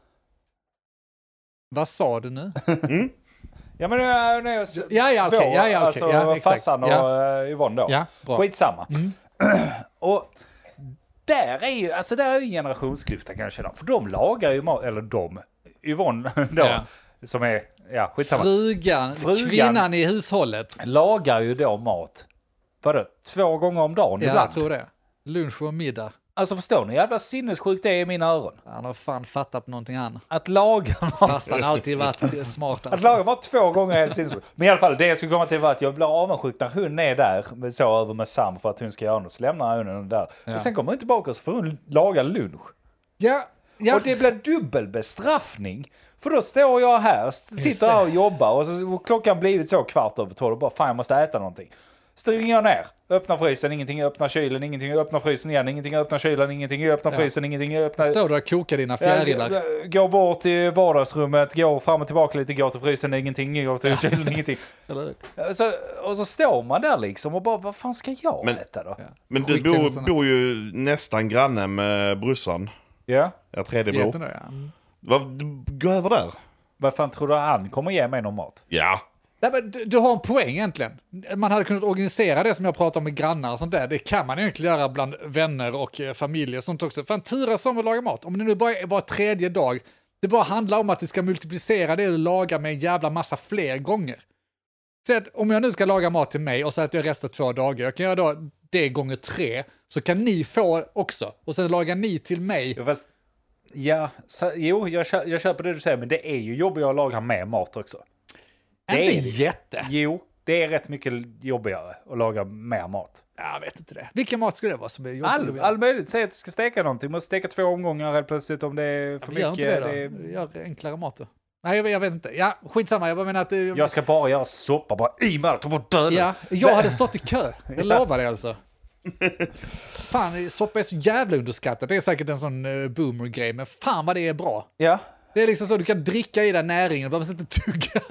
Speaker 2: Vad sa du nu?
Speaker 1: Ja, men
Speaker 2: okej.
Speaker 1: Alltså
Speaker 2: exakt.
Speaker 1: farsan och Yvonne då.
Speaker 2: Ja, bra.
Speaker 1: Skitsamma. Och där är ju generationsklyfta kan jag känna. För de lagar ju mat, eller Yvonne då, som är, skitsamma.
Speaker 2: Frugan, kvinnan i hushållet.
Speaker 1: Lagar ju då mat. Vadå? 2 gånger om dagen ibland.
Speaker 2: Jag tror det. Lunch och middag.
Speaker 1: Alltså förstår ni, jävla sinnessjukt det är i mina öron.
Speaker 2: Han har fan fattat någonting annat.
Speaker 1: Att laga mat.
Speaker 2: Fast han har alltid varit smart. Alltså.
Speaker 1: Att laga mat 2 gånger är helt sinnessjukt. Men i alla fall, det jag skulle komma till var att jag blir avundsjuk när hon är där, så över med Sam för att hon ska göra något. Så lämnar hon den där. Ja. Och sen kommer hon tillbaka och så får hon laga lunch.
Speaker 2: Ja.
Speaker 1: Och det blir dubbel bestraffning. För då står jag här, sitter här och jobbar och klockan blivit så 12:15 och bara fan jag måste äta någonting. Stänger jag ner, öppnar frysen, ingenting, öppnar kylen, ingenting, öppnar frysen igen, ingenting, öppnar kylen, ingenting, öppnar frysen, ingenting, öppnar...
Speaker 2: Står du och kokar dina fjärilar?
Speaker 1: Går bort till vardagsrummet, går fram och tillbaka lite, går till frysen, ingenting, går till kylen, ingenting. Och så står man där liksom och bara, vad fan ska jag äta då?
Speaker 3: Ja. Men du bor ju nästan granne med brussan.
Speaker 1: Ja.
Speaker 3: Jag tredje bror. Gå över där.
Speaker 1: Vad fan tror du han kommer ge mig någon mat?
Speaker 3: Ja.
Speaker 2: Nej, men du har en poäng egentligen. Man hade kunnat organisera det som jag pratar om med grannar och sånt där. Det kan man egentligen göra bland vänner och familjer och sånt också. Fan, turas om att laga mat. Om det nu bara var 3:e dag, det bara handlar om att du ska multiplicera det du lagar med en jävla massa fler gånger. Så att om jag nu ska laga mat till mig och så att jag restar 2 dagar, jag kan göra då det gånger 3, så kan ni få också. Och sen lagar ni till mig.
Speaker 1: Jag köper det du säger, men det är ju jobbigare att laga med mat också.
Speaker 2: Inte jätte.
Speaker 1: Jo, det är rätt mycket jobbigare att laga mer mat.
Speaker 2: Jag vet inte det. Vilken mat skulle det vara som är jobbigare?
Speaker 1: All möjligt. Säg att du ska steka någonting. Du måste steka 2 omgångar helt plötsligt om det är för mycket.
Speaker 2: Gör inte det då. Gör enklare mat då. Nej, jag vet inte. Ja, skitsamma. Jag bara menar att...
Speaker 1: Jag ska bara göra soppa. Bara i med allt och bara döda.
Speaker 2: Ja, jag hade stått i kö. Jag lovar det alltså. Fan, soppa är så jävla underskattat. Det är säkert en sån boomer-grej. Men fan vad det är bra.
Speaker 1: Ja.
Speaker 2: Det är liksom så, du kan dricka i den näringen. Du behöver inte tugga.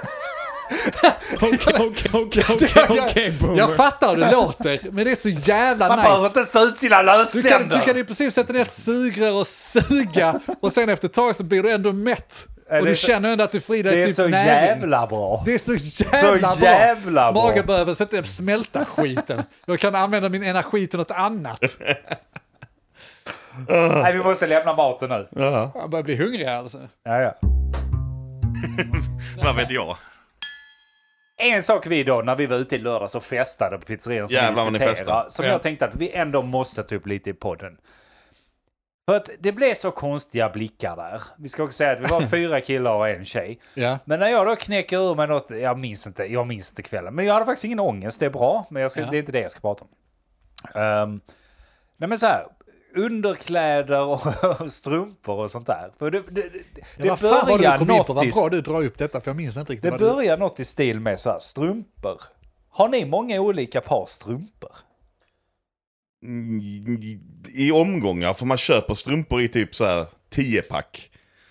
Speaker 1: Okej, boomer.
Speaker 2: Jag fattar hur det låter, men det är så jävla
Speaker 1: Man
Speaker 2: nice.
Speaker 1: Man behöver inte stå ut sina lösländer.
Speaker 2: Du kan i princip sätta ner ett sugrör och suga, och sen efter ett tag så blir du ändå mätt. Och du känner ändå att du får i dig typ näring.
Speaker 1: Det är så jävla bra.
Speaker 2: Det är så jävla bra. Magen behöver så inte smälta skiten. Jag kan använda min energi till något annat.
Speaker 1: Nej, vi måste lämna maten nu.
Speaker 2: Jag börjar bli hungrig alltså.
Speaker 1: Ja.
Speaker 4: Vad vet jag?
Speaker 1: En sak vi då, när vi var ute i lördags och festade på pizzerian som jag tänkte att vi ändå måste ta upp lite i podden. För att det blev så konstiga blickar där. Vi ska också säga att vi var 4 killar och en tjej.
Speaker 2: Ja.
Speaker 1: Men när jag då knäcker ur mig något, jag minns inte kvällen. Men jag hade faktiskt ingen ångest, det är bra. Men det är inte det jag ska prata om. Nej men så här, underkläder och strumpor och sånt där. För det
Speaker 2: Vad fan var
Speaker 1: börjar
Speaker 2: du kom in på?
Speaker 1: något
Speaker 2: Vad bra du drar upp detta, för jag minns inte riktigt.
Speaker 1: det börjar något i stil med så här, strumpor. Har ni många olika par strumpor?
Speaker 3: I omgångar, för man köper strumpor i typ så här 10-pack.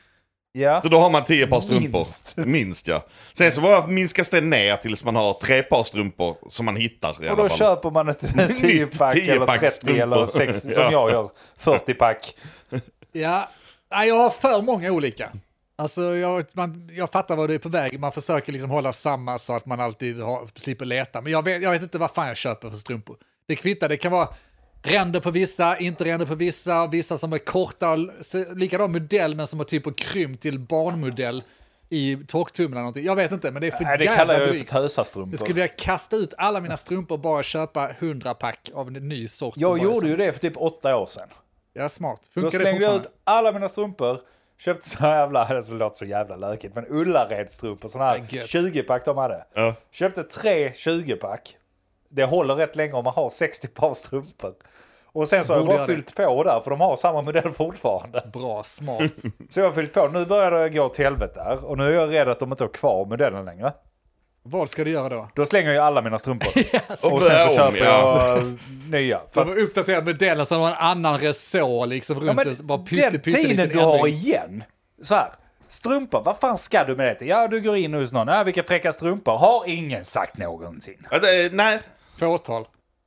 Speaker 1: Ja.
Speaker 3: Så då har man 10 par strumpor.
Speaker 1: Minst.
Speaker 3: Ja. Sen så bara minskas det ner tills man har 3 par strumpor som man hittar i
Speaker 1: Och
Speaker 3: alla
Speaker 1: då
Speaker 3: fall.
Speaker 1: köper man ett 10-pack eller 30
Speaker 3: strumpor.
Speaker 1: eller 60 som jag gör, 40-pack.
Speaker 2: Ja, nej, jag har för många olika. Alltså jag fattar vad du är på väg. Man försöker liksom hålla samma så att man alltid slipper leta. Men jag vet inte vad fan jag köper för strumpor. Det kvittar, det kan vara ränder på vissa, inte ränder på vissa som är korta och likadan modell men som har typ krympt till barnmodell i torktumlaren någonting. Jag vet inte, men det är för
Speaker 1: Nej, det
Speaker 2: jävla
Speaker 1: kallar jag för
Speaker 2: drygt.
Speaker 1: tösastrumpor.
Speaker 2: Jag skulle vilja kasta ut alla mina strumpor och bara köpa 100-pack av en ny sort.
Speaker 1: Jag gjorde ju det för typ 8 år sedan.
Speaker 2: Ja, smart.
Speaker 1: Då
Speaker 2: Funkar det
Speaker 1: slängde jag
Speaker 2: fortfarande?
Speaker 1: ut alla mina strumpor. Köpte så jävla, det låter så jävla lökigt, men Ullared-strumpor, sådana här
Speaker 2: Ja, gött.
Speaker 1: 20-pack de hade.
Speaker 3: Ja.
Speaker 1: Köpte 3 20-pack. Det håller rätt länge om man har 60 par strumpor. Och sen så har jag
Speaker 2: Borde
Speaker 1: bara
Speaker 2: jag det?
Speaker 1: fyllt på där, för de har samma modell fortfarande.
Speaker 2: Bra, smart.
Speaker 1: Så jag har fyllt på. Nu börjar det gå till helvete där. Och nu är jag rädd att de inte har kvar modellen längre.
Speaker 2: Vad ska du göra då?
Speaker 1: Då slänger jag alla mina strumpor.
Speaker 2: så
Speaker 1: Och sen så
Speaker 3: börjar om,
Speaker 1: köper jag nya. För
Speaker 2: De
Speaker 1: att,
Speaker 2: har uppdaterat modellen så de har en annan resår liksom runt
Speaker 1: ja,
Speaker 2: det. Bara
Speaker 1: men
Speaker 2: pytte,
Speaker 1: den
Speaker 2: pytte,
Speaker 1: tiden
Speaker 2: liten
Speaker 1: du har
Speaker 2: ändring.
Speaker 1: igen. Så här. Strumpor, vad fan ska du med det till? Ja, du går in hos någon. Ja, vilka fräcka strumpor. Har ingen sagt någonsin.
Speaker 3: Ja, nej.
Speaker 2: Fåtal.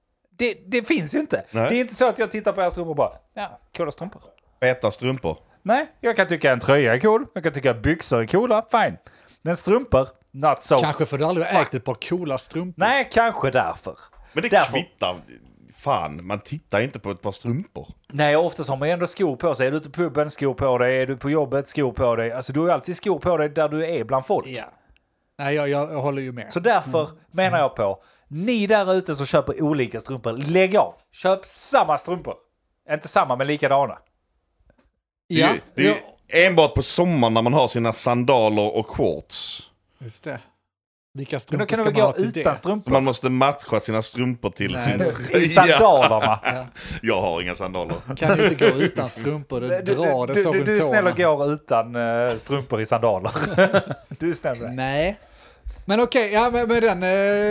Speaker 1: Det finns ju inte.
Speaker 3: Nej.
Speaker 1: Det är inte så att jag tittar på era strumpor och bara, ja, coola strumpor.
Speaker 3: Feta strumpor.
Speaker 1: Nej, jag kan tycka en tröja är cool. Jag kan tycka byxor är coola. Fine. Men strumpor, not so.
Speaker 2: Kanske för du aldrig har ägt ett par coola strumpor.
Speaker 1: Nej, kanske därför.
Speaker 3: Men det
Speaker 1: Därför-
Speaker 3: kvittar. Fan, man tittar inte på ett par strumpor.
Speaker 1: Nej, oftast har man ändå skor på sig. Är du ute på puben, skor på dig. Är du på jobbet, skor på dig. Alltså, du har ju alltid skor på dig där du är bland folk.
Speaker 2: Ja. Nej, jag håller ju med.
Speaker 1: Så därför menar jag på, ni där ute som köper olika strumpor, lägg av. Köp samma strumpor. Inte samma, men likadana.
Speaker 2: Ja,
Speaker 3: Det är ju enbart på sommaren när man har sina sandaler och shorts.
Speaker 2: just det. Vilka
Speaker 1: Men
Speaker 2: strumpor
Speaker 1: då kan
Speaker 2: ska
Speaker 1: du
Speaker 2: man
Speaker 1: väl
Speaker 2: ha
Speaker 1: gå
Speaker 2: till
Speaker 1: utan
Speaker 2: det?
Speaker 3: Så
Speaker 1: strumpor.
Speaker 3: man måste matcha sina strumpor till
Speaker 2: Nej,
Speaker 3: sin
Speaker 1: I sandalerna.
Speaker 2: Ja.
Speaker 3: Jag har inga sandaler.
Speaker 2: Kan ju inte gå utan strumpor. Du drar det så runt
Speaker 1: du är snäll och
Speaker 2: tårna.
Speaker 1: går utan strumpor i sandaler. Du är snäll med det.
Speaker 2: Nej. Men okej, ja, med den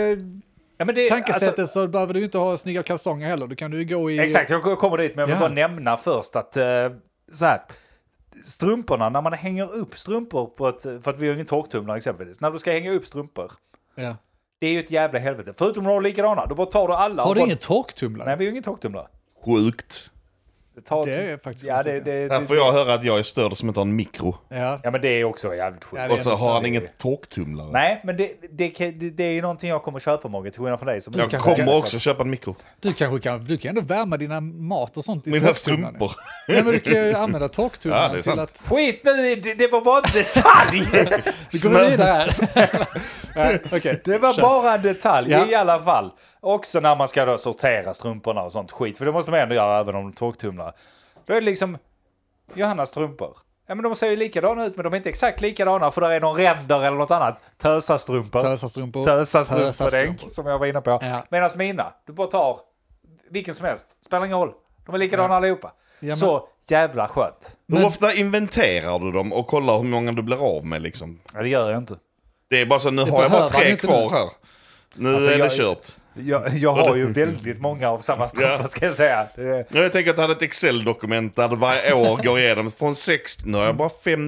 Speaker 1: Ja, men det
Speaker 2: tankesättet
Speaker 1: alltså,
Speaker 2: så behöver du inte ha snygga kalsonger heller. Du kan ju gå i...
Speaker 1: exakt, jag kommer dit, men jag vill
Speaker 2: Ja.
Speaker 1: bara nämna först att så här, strumporna, när man hänger upp strumpor på ett, för att vi har ingen torktumlare exempelvis, när du ska hänga upp strumpor,
Speaker 2: Ja.
Speaker 1: det är ju ett jävla helvete. Förutom de har likadana, då bara tar du alla.
Speaker 2: Har
Speaker 1: och
Speaker 2: du
Speaker 1: bara,
Speaker 2: ingen torktumlare?
Speaker 1: Nej, vi har ingen torktumlare.
Speaker 3: Sjukt.
Speaker 1: Tar
Speaker 2: Det är faktiskt
Speaker 1: ja,
Speaker 2: konstigt,
Speaker 3: Här får jag höra att jag är störd som inte har en mikro.
Speaker 2: Ja.
Speaker 1: Ja, men det är också jävligt sjukt.
Speaker 2: Ja, det är
Speaker 3: Och så
Speaker 2: ändå
Speaker 3: har han
Speaker 1: det-
Speaker 3: ingen torktumlare.
Speaker 1: Nej, men det är ju någonting jag kommer köpa, Mogge, till skillnad från dig. Som
Speaker 3: Jag
Speaker 2: kanske
Speaker 3: kommer också köpa en mikro.
Speaker 2: Du kan ändå värma dina mat och sånt i
Speaker 3: Mina
Speaker 2: torktumlaren.
Speaker 3: strumpor.
Speaker 2: Nej, men du kan ju använda
Speaker 3: Ja,
Speaker 2: torktumlaren
Speaker 3: det är
Speaker 2: till
Speaker 3: sant.
Speaker 2: att...
Speaker 1: Skit nu, det var bara en detalj!
Speaker 2: Vi går vidare här. Ja, okej.
Speaker 1: Det var bara en detalj
Speaker 2: Ja.
Speaker 1: i alla fall. Också när man ska då sortera strumporna och sånt skit. För det måste man ändå göra även om de torktumlar. Då är det liksom Johannas strumpor. Ja, men de ser ju likadana ut, men de är inte exakt likadana, för där är någon ränder eller något annat. Tösastrumpor.
Speaker 2: Tösastrumpor.
Speaker 1: Tösastrumpor, som jag var inne på.
Speaker 2: Ja.
Speaker 1: Medan mina, du bara tar vilken som helst. Spelar ingen roll. De är likadana allihopa.
Speaker 2: Ja, men-
Speaker 1: Så jävla skönt.
Speaker 3: Hur ofta inventerar du dem och kollar hur många du blir av med liksom?
Speaker 1: Ja, det gör jag inte.
Speaker 3: Det är bara så, nu
Speaker 2: Det
Speaker 3: har jag bara
Speaker 2: behöver han
Speaker 3: 3
Speaker 2: inte
Speaker 3: kvar
Speaker 2: nu.
Speaker 3: här. Nu
Speaker 1: Alltså,
Speaker 3: är
Speaker 1: jag-
Speaker 3: det kört.
Speaker 1: Jag har ju väldigt många av samma strumpor,
Speaker 3: Ja.
Speaker 1: ska jag säga.
Speaker 3: Jag tänker att jag hade ett Excel-dokument där det varje år går igenom från 60, nu har jag bara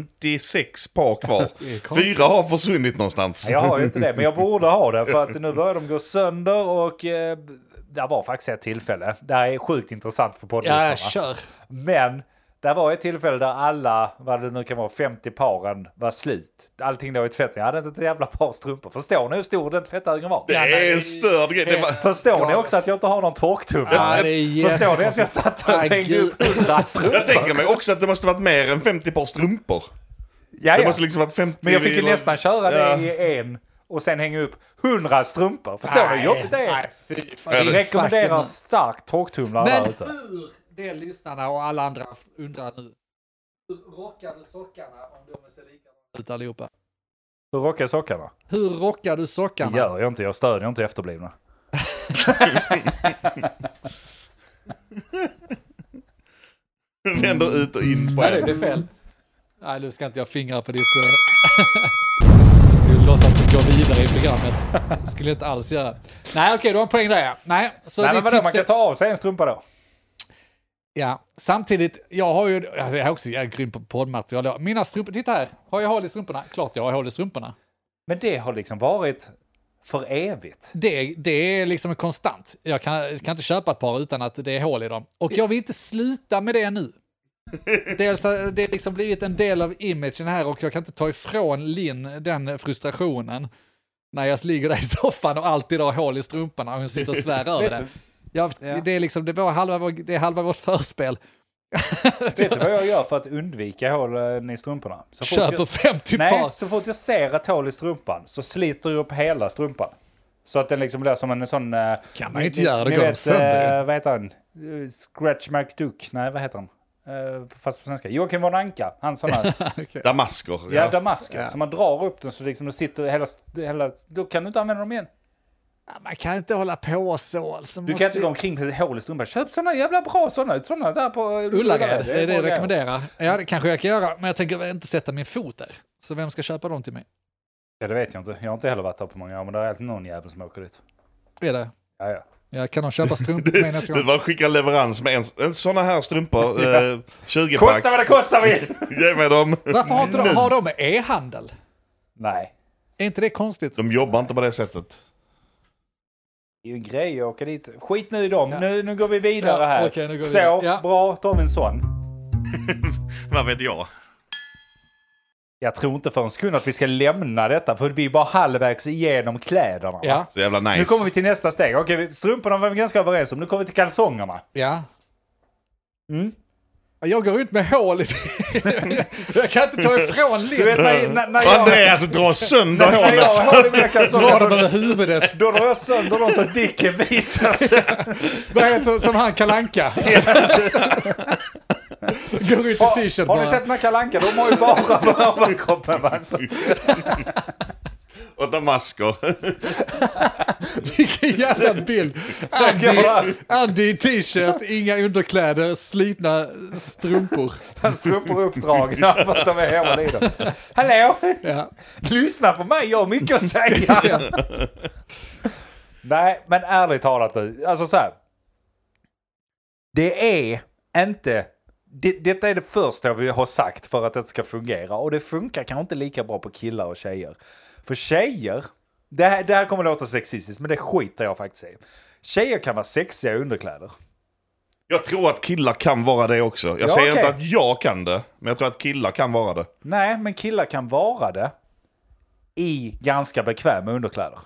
Speaker 3: 56 par kvar.
Speaker 2: Det är konstigt.
Speaker 3: 4 har försvunnit någonstans.
Speaker 1: Jag har ju inte det, men jag borde ha det, för att nu börjar de gå sönder och det var faktiskt ett tillfälle. Det här är sjukt intressant för poddlyssnarna.
Speaker 2: Ja, kör.
Speaker 1: Men det var ett tillfälle där alla, vad det nu kan vara, 50 paren var slut. Allting då i tvätten. Jag hade inte ett jävla par strumpor. Förstår ni hur stor den tvätthögen var?
Speaker 3: Det är en störd grej. Det var,
Speaker 1: Förstår ni också att jag inte har någon torktumlare?
Speaker 2: Ja, det är
Speaker 1: Förstår ni att jag satt och
Speaker 2: Nej,
Speaker 1: hängde
Speaker 2: gud.
Speaker 1: upp 100 strumpor?
Speaker 3: jag tänker mig också att det måste varit mer än 50 par strumpor.
Speaker 1: Ja,
Speaker 3: Det
Speaker 1: ja.
Speaker 3: måste liksom varit 50.
Speaker 1: Men jag fick ju nästan köra det
Speaker 3: Ja.
Speaker 1: i en och sen hänga upp 100 strumpor. Förstår ni hur jobbigt det är?
Speaker 2: Nej, fy fan.
Speaker 3: Ja,
Speaker 1: Jag
Speaker 3: det-
Speaker 1: rekommenderar starkt torktumlare där
Speaker 2: Men
Speaker 1: ute.
Speaker 2: hur, det lyssnarna och alla andra undrar nu, hur rockar du sockarna om de ser likadana ut allihopa?
Speaker 1: Hur rockar jag sockarna?
Speaker 2: Hur rockar du
Speaker 1: Det
Speaker 2: sockarna?
Speaker 1: gör jag inte, jag stödjer inte efterblivna.
Speaker 3: Vänder ut och in på
Speaker 2: Nej, det
Speaker 3: en.
Speaker 2: blir fel. Nej, nu ska inte jag fingra på ditt... Jag skulle låtsas gå vidare i programmet. Det skulle jag inte alls göra. Nej, okej, du har en poäng där, ja. Nej, så
Speaker 1: Nej, men vadå, man
Speaker 2: tipset-
Speaker 1: kan ta av sig en strumpa då.
Speaker 2: Ja, samtidigt, jag har ju... Alltså, jag är också grym på poddmaterial. Mina strumpor, titta här. Har jag hål i strumporna? Klart jag har hål i strumporna.
Speaker 1: Men det har liksom varit för evigt.
Speaker 2: Det är liksom en konstant. Jag kan inte köpa ett par utan att det är hål i dem. Och jag vill inte sluta med det nu. Det är liksom blivit en del av imagen här och jag kan inte ta ifrån Linn den frustrationen när jag ligger där i soffan och alltid har hål i strumporna och hon sitter och svär över det. Det är liksom, det är halva vårt förspel.
Speaker 1: Vet du vad jag gör för att undvika hålen i strumporna?
Speaker 2: Köper 50
Speaker 1: Nej,
Speaker 2: par.
Speaker 1: så fort jag ser ett hål i strumpan så sliter jag upp hela strumpan. Så att den liksom blir som en sån...
Speaker 2: Kan man inte göra, det går sönder.
Speaker 1: Vad heter han? Scratch McDuck? Nej, vad heter han? Fast på svenska. Joakim von Anka. Han sån här.
Speaker 2: Okay.
Speaker 1: Ja, damasker. Så man drar upp den så liksom det sitter hela... Då kan du inte använda dem igen.
Speaker 2: Man kan inte hålla på så. Alltså,
Speaker 1: Du kan inte gå omkring med ett hål i strumpan. Köp såna jävla bra såna där på
Speaker 2: Ullared. Det är det jag rekommenderar. Ja, det kanske jag kan göra. Men jag tänker inte sätta min fot där. Så vem ska köpa dem till mig?
Speaker 1: Ja, det vet jag inte. Jag har inte heller varit där på många år. Men det är alltid någon jävel som åker dit.
Speaker 2: Är det?
Speaker 1: Ja.
Speaker 2: Jag kan nog köpa strumpor till mig nästa gång.
Speaker 3: Du bara skickar leverans med en såna här strumpor. 20 pack.
Speaker 1: Kosta vad det kostar vill!
Speaker 3: Ge mig dem.
Speaker 2: Varför har de e-handel?
Speaker 1: Nej.
Speaker 2: Är inte det konstigt?
Speaker 3: De jobbar inte på det sättet.
Speaker 1: Det är ju en grej att åka dit. Skit nu i dem.
Speaker 2: Ja.
Speaker 1: Nu går vi vidare här.
Speaker 2: Okej, nu går vi
Speaker 1: så,
Speaker 2: vidare. Ja.
Speaker 1: bra. Tar vi en sån.
Speaker 4: Vad vet jag?
Speaker 1: Jag tror inte för en sekund att vi ska lämna detta. För vi är bara halvvägs igenom kläderna.
Speaker 2: Ja.
Speaker 3: Så jävla nice.
Speaker 1: Nu kommer vi till nästa steg. Okej, strumporna var vi ganska överens om. Nu kommer vi till kalsongerna.
Speaker 2: Ja.
Speaker 1: Mm.
Speaker 2: Jag går runt med hål i... Jag kan inte ta ifrån
Speaker 1: Du vet
Speaker 2: Linn.
Speaker 1: när jag...
Speaker 3: Andreas drar sönder
Speaker 1: När
Speaker 3: hålet.
Speaker 1: jag har i mina
Speaker 2: Dra dem
Speaker 1: kalsonger,
Speaker 2: över huvudet.
Speaker 1: då drar jag sönder dem så dicken visar sig.
Speaker 2: Vad heter som han Kalle Anka? Går ut i t-shirt
Speaker 1: Har ni
Speaker 2: bara.
Speaker 1: sett när Kalle Anka? De har ju bara överkroppen. Va? Så-
Speaker 3: Och damasker.
Speaker 2: Vilken jävla bild. Andy i t-shirt, inga underkläder, slitna strumpor.
Speaker 1: Strumpor uppdragna för att de är hål i dem. Hallå!
Speaker 2: Ja.
Speaker 1: Lyssna på mig, jag har mycket att säga. Nej, men ärligt talat nu. Alltså så här. Det är inte... Detta är det första vi har sagt för att det ska fungera. Och det funkar kanske inte lika bra på killar och tjejer. För tjejer... Det här kommer låta sexistiskt, men det skiter jag faktiskt i. Tjejer kan vara sexiga i underkläder.
Speaker 3: Jag tror att killar kan vara det också. Jag säger inte att jag kan det, men jag tror att killar kan vara det.
Speaker 1: Nej, men killar kan vara det i ganska bekväma underkläder.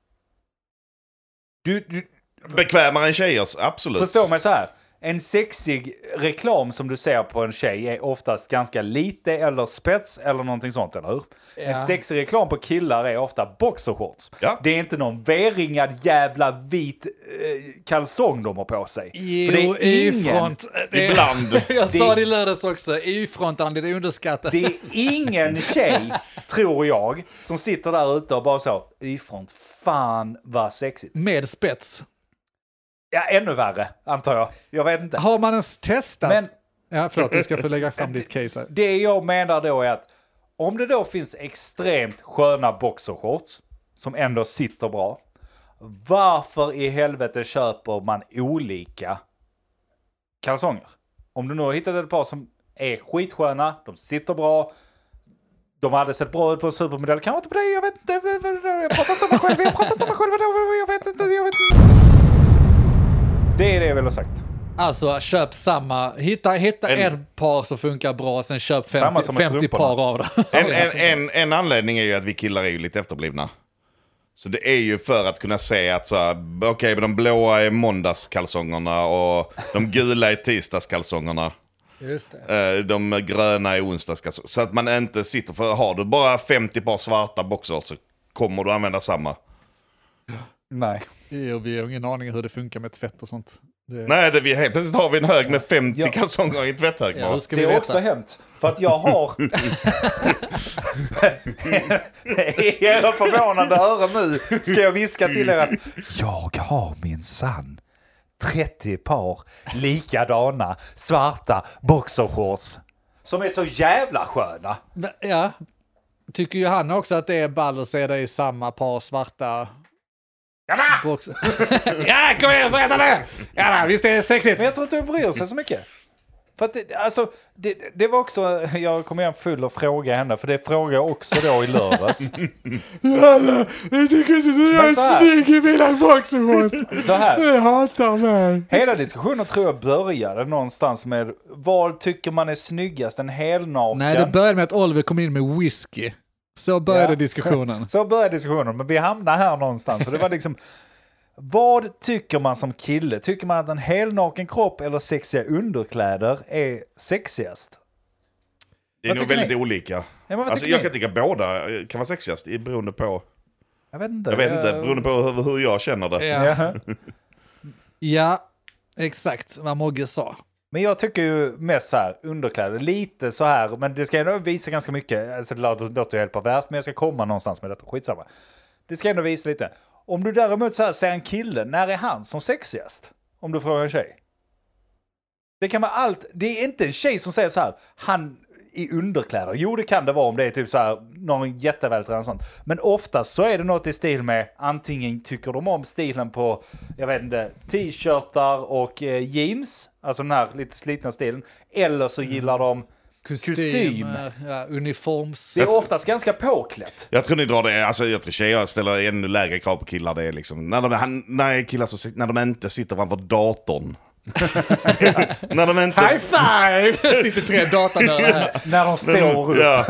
Speaker 1: Du
Speaker 3: Bekvämare än tjejers, absolut.
Speaker 1: förstår mig så här. En sexig reklam som du ser på en tjej är oftast ganska lite eller spets eller någonting sånt, eller hur?
Speaker 2: Ja.
Speaker 1: En sexig reklam på killar är ofta boxershorts.
Speaker 3: Ja.
Speaker 1: Det är inte någon V-ringad jävla vit kalsong de har på sig.
Speaker 2: Jo,
Speaker 1: För det är ingen...
Speaker 2: Y-front.
Speaker 3: Ibland.
Speaker 2: Jag sa det i lördags också. Y-front, Andy, det är underskattat.
Speaker 1: Det är ingen tjej, tror jag, som sitter där ute och bara så, Y-front, fan vad sexigt.
Speaker 2: Med spets.
Speaker 1: Ja, ännu värre, antar jag. Jag vet inte.
Speaker 2: Har man ens testat?
Speaker 1: Men
Speaker 2: Ja, förlåt, du ska få lägga fram ditt case här.
Speaker 1: det jag menar då är att om det då finns extremt sköna boxershorts som ändå sitter bra, varför i helvete köper man olika kalsonger? Om du nu har hittat ett par som är skitsköna, de sitter bra, de hade sett bra ut på en supermodell, kanske inte på dig, jag vet inte, jag pratar inte om mig själv, jag vet inte. Det är det jag vill ha sagt.
Speaker 2: Alltså, köp samma. Hitta ett par som funkar bra, sen köp
Speaker 1: Samma som med
Speaker 2: 50
Speaker 1: strumporna.
Speaker 2: par av dem.
Speaker 3: En anledning är ju att vi killar är ju lite efterblivna. Så det är ju för att kunna säga att så här, okej, de blåa är måndagskalsongerna och de gula är tisdagskalsongerna.
Speaker 2: Just det.
Speaker 3: De gröna är onsdagskalsonger. Så att man inte sitter för, har du bara 50 par svarta boxar så kommer du använda samma.
Speaker 1: Nej.
Speaker 2: Jo, vi har ingen aning hur det funkar med tvätt och sånt.
Speaker 3: Nej, helt plötsligt har vi en hög med 50
Speaker 1: Ja.
Speaker 3: kalsonger i en tvätthög.
Speaker 2: Ja, hur ska vi
Speaker 1: Det har
Speaker 2: veta?
Speaker 1: också hänt. För att jag har... I era förvånande öron nu ska jag viska till er att jag har minsann 30 par likadana svarta boxershorts som är så jävla sköna.
Speaker 2: Ja. Tycker ju han också att det är ball att se dig i samma par svarta boxer? Ja, kom igen, berätta det! Ja, visst är det sexigt?
Speaker 1: Men jag tror inte du bryr sig så mycket. För att det var också, jag kommer igen full och fråga henne, för det frågade jag också då i lördags.
Speaker 2: Jävlar, jag tycker inte du är snygg i mina boxershorts.
Speaker 1: Så här.
Speaker 2: Jag hatar mig.
Speaker 1: Hela diskussionen tror jag började någonstans med vad tycker man är snyggast, en helnaken?
Speaker 2: Nej, det började med att Oliver kom in med whisky. Så började diskussionen.
Speaker 1: Så började diskussionen, men vi hamnade här någonstans. Och det var liksom, vad tycker man som kille? Tycker man att en helnaken kropp eller sexiga underkläder är sexigast?
Speaker 3: Det är nog väldigt olika.
Speaker 1: Ja,
Speaker 3: alltså, jag kan tycka båda kan vara sexigast, beroende på...
Speaker 1: Jag vet inte,
Speaker 3: beroende på hur jag känner det.
Speaker 2: Ja, ja, exakt vad Mogge sa.
Speaker 1: Men jag tycker ju mest så här, underkläder, lite så här, men det ska ändå visa ganska mycket, alltså det låter ju helt perverst, men jag ska komma någonstans med detta, skitsamma. Det ska ändå visa lite. Om du däremot så här ser en kille, när är han som sexigast? Om du frågar en tjej. Det kan vara allt, det är inte en tjej som säger så här, han i underkläder. Jo, det kan det vara om det är typ så här, någon jättevältrande och sånt. Men oftast så är det något i stil med, antingen tycker de om stilen på, jag vet inte, t-shirtar och jeans, alltså den här lite slitna stilen, eller så gillar de kostym.
Speaker 2: Ja, uniforms.
Speaker 1: Det är oftast ganska påklätt.
Speaker 3: Jag tror ni drar det, alltså jag tror tjejer ställer ännu lägre krav på killar. Det är liksom, när de inte sitter framför datorn. När de inte...
Speaker 2: High five! Sitter 3 datanördar här.
Speaker 1: När de står upp.
Speaker 3: Ja.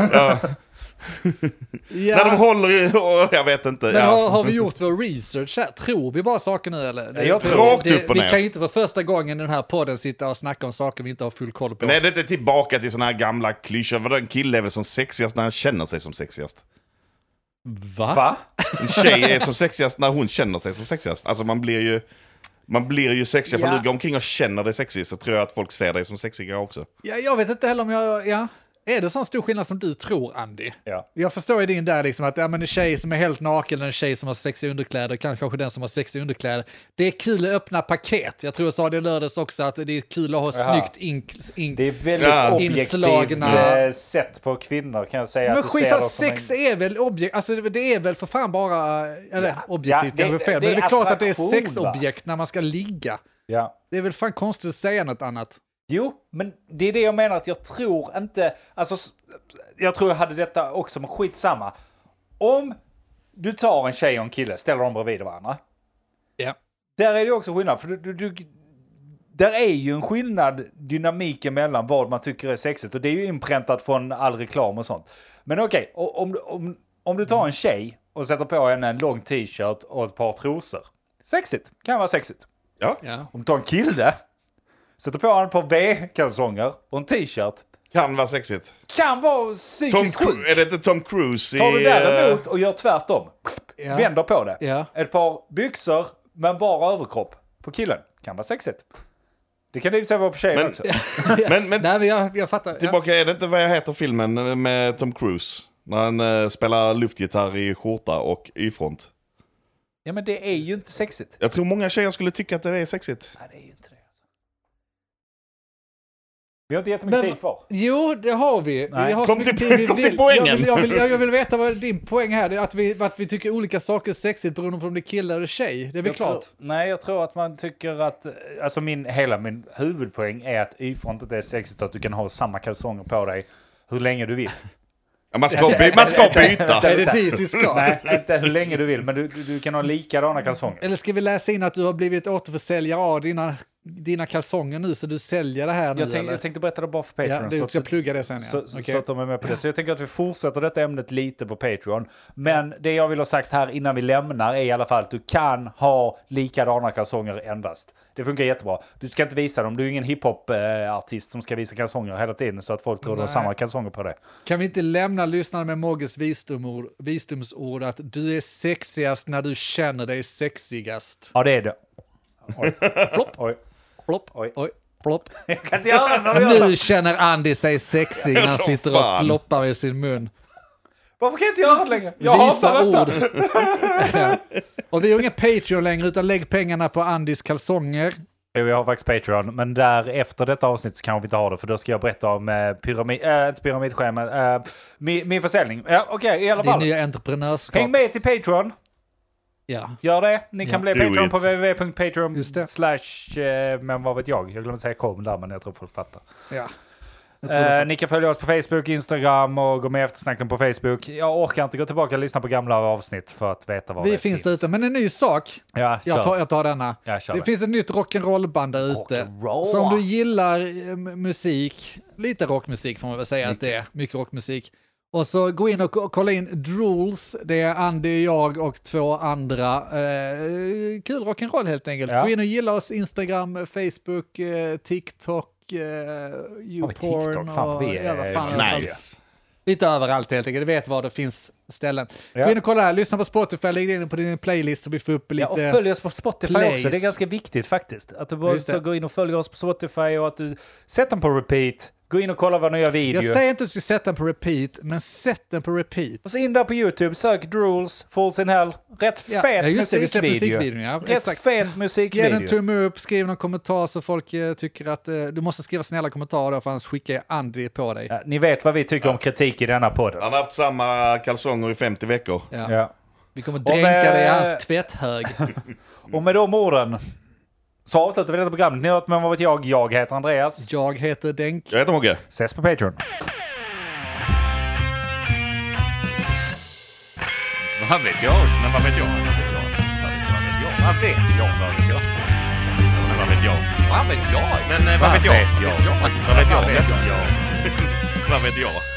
Speaker 2: Ja.
Speaker 3: När de håller i... jag vet inte.
Speaker 2: Men har vi gjort vår research här? Tror vi bara saker nu eller?
Speaker 3: Jag tror rakt upp och ner.
Speaker 2: Vi kan ju inte för första gången i den här podden sitta och snacka om saker vi inte har full koll på.
Speaker 3: Nej, det är inte tillbaka till såna här gamla klyschor. Vadå, en kille är väl som sexigast när han känner sig som sexigast?
Speaker 2: Va?
Speaker 3: En tjej är som sexigast när hon känner sig som sexigast. Alltså man blir ju sexig. För du går omkring och känner dig sexig, så tror jag att folk ser dig som sexiga också.
Speaker 2: Ja, jag vet inte heller om jag... Ja. Är det sån stor skillnad som du tror, Andy?
Speaker 1: Ja.
Speaker 2: Jag förstår ju din där liksom att men en tjej som är helt naken eller en tjej som har sexiga underkläder, kanske den som har sexiga underkläder. Det är kul att öppna paket. Jag tror jag sa det lördags också, att det är kul att ha snyggt
Speaker 1: det är väldigt
Speaker 2: inslagna
Speaker 1: objektivt sätt på kvinnor, kan jag säga.
Speaker 2: Men
Speaker 1: att du ser
Speaker 2: sex är väl alltså det är väl för fan bara, eller objektivt, det är fel. Men det är klart att det är sexobjekt när man ska ligga.
Speaker 1: Ja.
Speaker 2: Det är väl fan konstigt att säga något annat.
Speaker 1: Jo, men det är det jag menar, att jag tror inte, alltså jag tror jag hade detta också, men skitsamma. Om du tar en tjej och en kille, ställer dem bredvid varandra.
Speaker 2: Ja.
Speaker 1: Där är det också skillnad, för där är ju en skillnad, dynamiken mellan vad man tycker är sexigt, och det är ju inpräntat från all reklam och sånt. Men okej, om du tar en tjej och sätter på henne en lång t-shirt och ett par trosor. Sexigt, kan vara sexigt.
Speaker 3: Ja.
Speaker 1: Om du tar en kille, sätter på honom på V-kalsonger och en t-shirt.
Speaker 3: Kan vara sexigt.
Speaker 1: Kan vara psykiskt sjuk.
Speaker 3: Är det inte Tom Cruise i...
Speaker 1: Tar du däremot och gör tvärtom.
Speaker 2: Ja.
Speaker 1: Vänder på det.
Speaker 2: Ja.
Speaker 1: Ett par byxor men bara överkropp på killen. Kan vara sexigt. Det kan det ju säga vara på tjejen också.
Speaker 3: Men
Speaker 2: Nej, jag fattar.
Speaker 3: tillbaka, är det inte vad jag heter filmen med Tom Cruise? När han spelar luftgitarr i skjorta och y-front.
Speaker 1: Ja, men det är ju inte sexigt.
Speaker 3: Jag tror många tjejer skulle tycka att det är sexigt.
Speaker 1: Nej, det är ju inte det. Alltså. Vi har inte jättemycket tid kvar.
Speaker 2: Jo, det har vi.
Speaker 1: Nej.
Speaker 2: Vi har så mycket tid vi
Speaker 3: Kom till
Speaker 2: vill.
Speaker 3: poängen.
Speaker 2: Jag vill veta vad din poäng här är. Att vi tycker olika saker är sexigt beroende på om det är kille eller tjej. Det är väl klart.
Speaker 1: Jag tror att man tycker att... Alltså min huvudpoäng är att y-frontet är sexigt, att du kan ha samma kalsonger på dig hur länge du vill.
Speaker 3: Ja, man ska byta.
Speaker 2: Är det dit vi ska?
Speaker 1: Nej, inte hur länge du vill, men du kan ha likadana kalsonger.
Speaker 2: Eller ska vi läsa in att du har blivit återförsäljare av dina kalsonger nu, så du säljer det här nu?
Speaker 1: Jag tänkte berätta det bara för Patreon.
Speaker 2: Ja, du ska plugga det sen. Ja.
Speaker 1: Så att de är med på det. Så jag tänker att vi fortsätter detta ämnet lite på Patreon. Men det jag vill ha sagt här innan vi lämnar är i alla fall att du kan ha likadana kalsonger endast. Det funkar jättebra. Du ska inte visa dem. Du är ingen hiphop-artist som ska visa kalsonger hela tiden så att folk tror att du har samma kalsonger på det.
Speaker 2: Kan vi inte lämna lyssnarna med Mogges visdomsord att du är sexigast när du känner dig sexigast?
Speaker 1: Ja, det är det. Oj.
Speaker 2: Plopp.
Speaker 1: Oj.
Speaker 2: Plopp.
Speaker 1: Oj.
Speaker 2: Oj. Plopp.
Speaker 1: Jag kan inte göra när du gör så.
Speaker 2: Nu känner Andy sig sexig när han
Speaker 3: Så
Speaker 2: sitter och
Speaker 3: fan.
Speaker 2: ploppar i sin mun.
Speaker 1: Varför kan jag inte göra det längre? Jag
Speaker 2: Visa
Speaker 1: hatar detta.
Speaker 2: ord. Ja. Och vi har ingen Patreon längre, utan lägg pengarna på Andys kalsonger.
Speaker 1: Vi har faktiskt Patreon, men där efter detta avsnitt så kan vi inte ha det, för då ska jag berätta om inte pyramidschemat, min försäljning. Ja, okej, i alla fall.
Speaker 2: Din nya entreprenörskap.
Speaker 1: Häng med till Patreon.
Speaker 2: Ja.
Speaker 1: Gör det. Ni kan bli Patreon på www.patreon/ men vad vet jag glömde säga kom där, men jag tror folk fattar.
Speaker 2: Ja.
Speaker 1: Ni kan följa oss på Facebook, Instagram och gå med eftersnacken på Facebook. Jag orkar inte gå tillbaka och lyssna på gamla avsnitt för att veta vad
Speaker 2: Vi finns där ute, men en ny sak.
Speaker 1: Ja,
Speaker 2: jag tar denna. Det finns ett nytt rock'n'roll-band där ute. Så om du gillar musik, lite rockmusik får man väl säga att det är, mycket rockmusik. Och så gå in och kolla in Drools. Det är Andy, jag och 2 andra. Kul rock'n'roll helt enkelt.
Speaker 1: Ja.
Speaker 2: Gå in och gilla oss Instagram, Facebook, TikTok, YouPorn
Speaker 1: TikTok, fan, vi är
Speaker 3: Nice.
Speaker 2: lite överallt helt enkelt. Du vet var det finns ställen.
Speaker 1: Ja.
Speaker 2: Gå in och kolla här, lyssna på Spotify, lägg in på din playlist så vi får upp lite...
Speaker 1: Ja, och följ oss på Spotify
Speaker 2: plays.
Speaker 1: också. Det är ganska viktigt faktiskt. Att du bara så går in och följer oss på Spotify och att du sätter den på repeat. Gå in och kolla vår nya video.
Speaker 2: Jag säger inte att du ska sätta den på repeat, men sätt den på repeat.
Speaker 1: Och så in där på YouTube, sök Drools, Falls in Hell. Rätt fet musikvideo.
Speaker 2: Ja,
Speaker 1: Rätt
Speaker 2: exakt.
Speaker 1: fet musikvideo.
Speaker 2: Ge den tumme upp, skriv någon kommentar så folk tycker att du måste skriva snälla kommentarer då, för annars skickar jag Andy på dig.
Speaker 1: Ja, ni vet vad vi tycker om kritik i denna podden.
Speaker 3: Han har haft samma kalsonger i 50 veckor.
Speaker 2: Ja.
Speaker 1: Ja.
Speaker 2: Vi kommer dränka dig i hans tvätthög.
Speaker 1: Och med de orden så avslutar vi detta programmet. Ni har hört med vad vet jag. Jag heter Andreas.
Speaker 2: Jag heter Denk.
Speaker 3: Jag heter Mogge.
Speaker 1: Ses på Patreon.
Speaker 4: Vad vet jag? Men vad vet jag? Vad vet jag? Vad vet jag? Men vad vet jag? Vad vet jag? Men vad vet jag? Vad vet jag? Vad vet jag? Vad vet jag?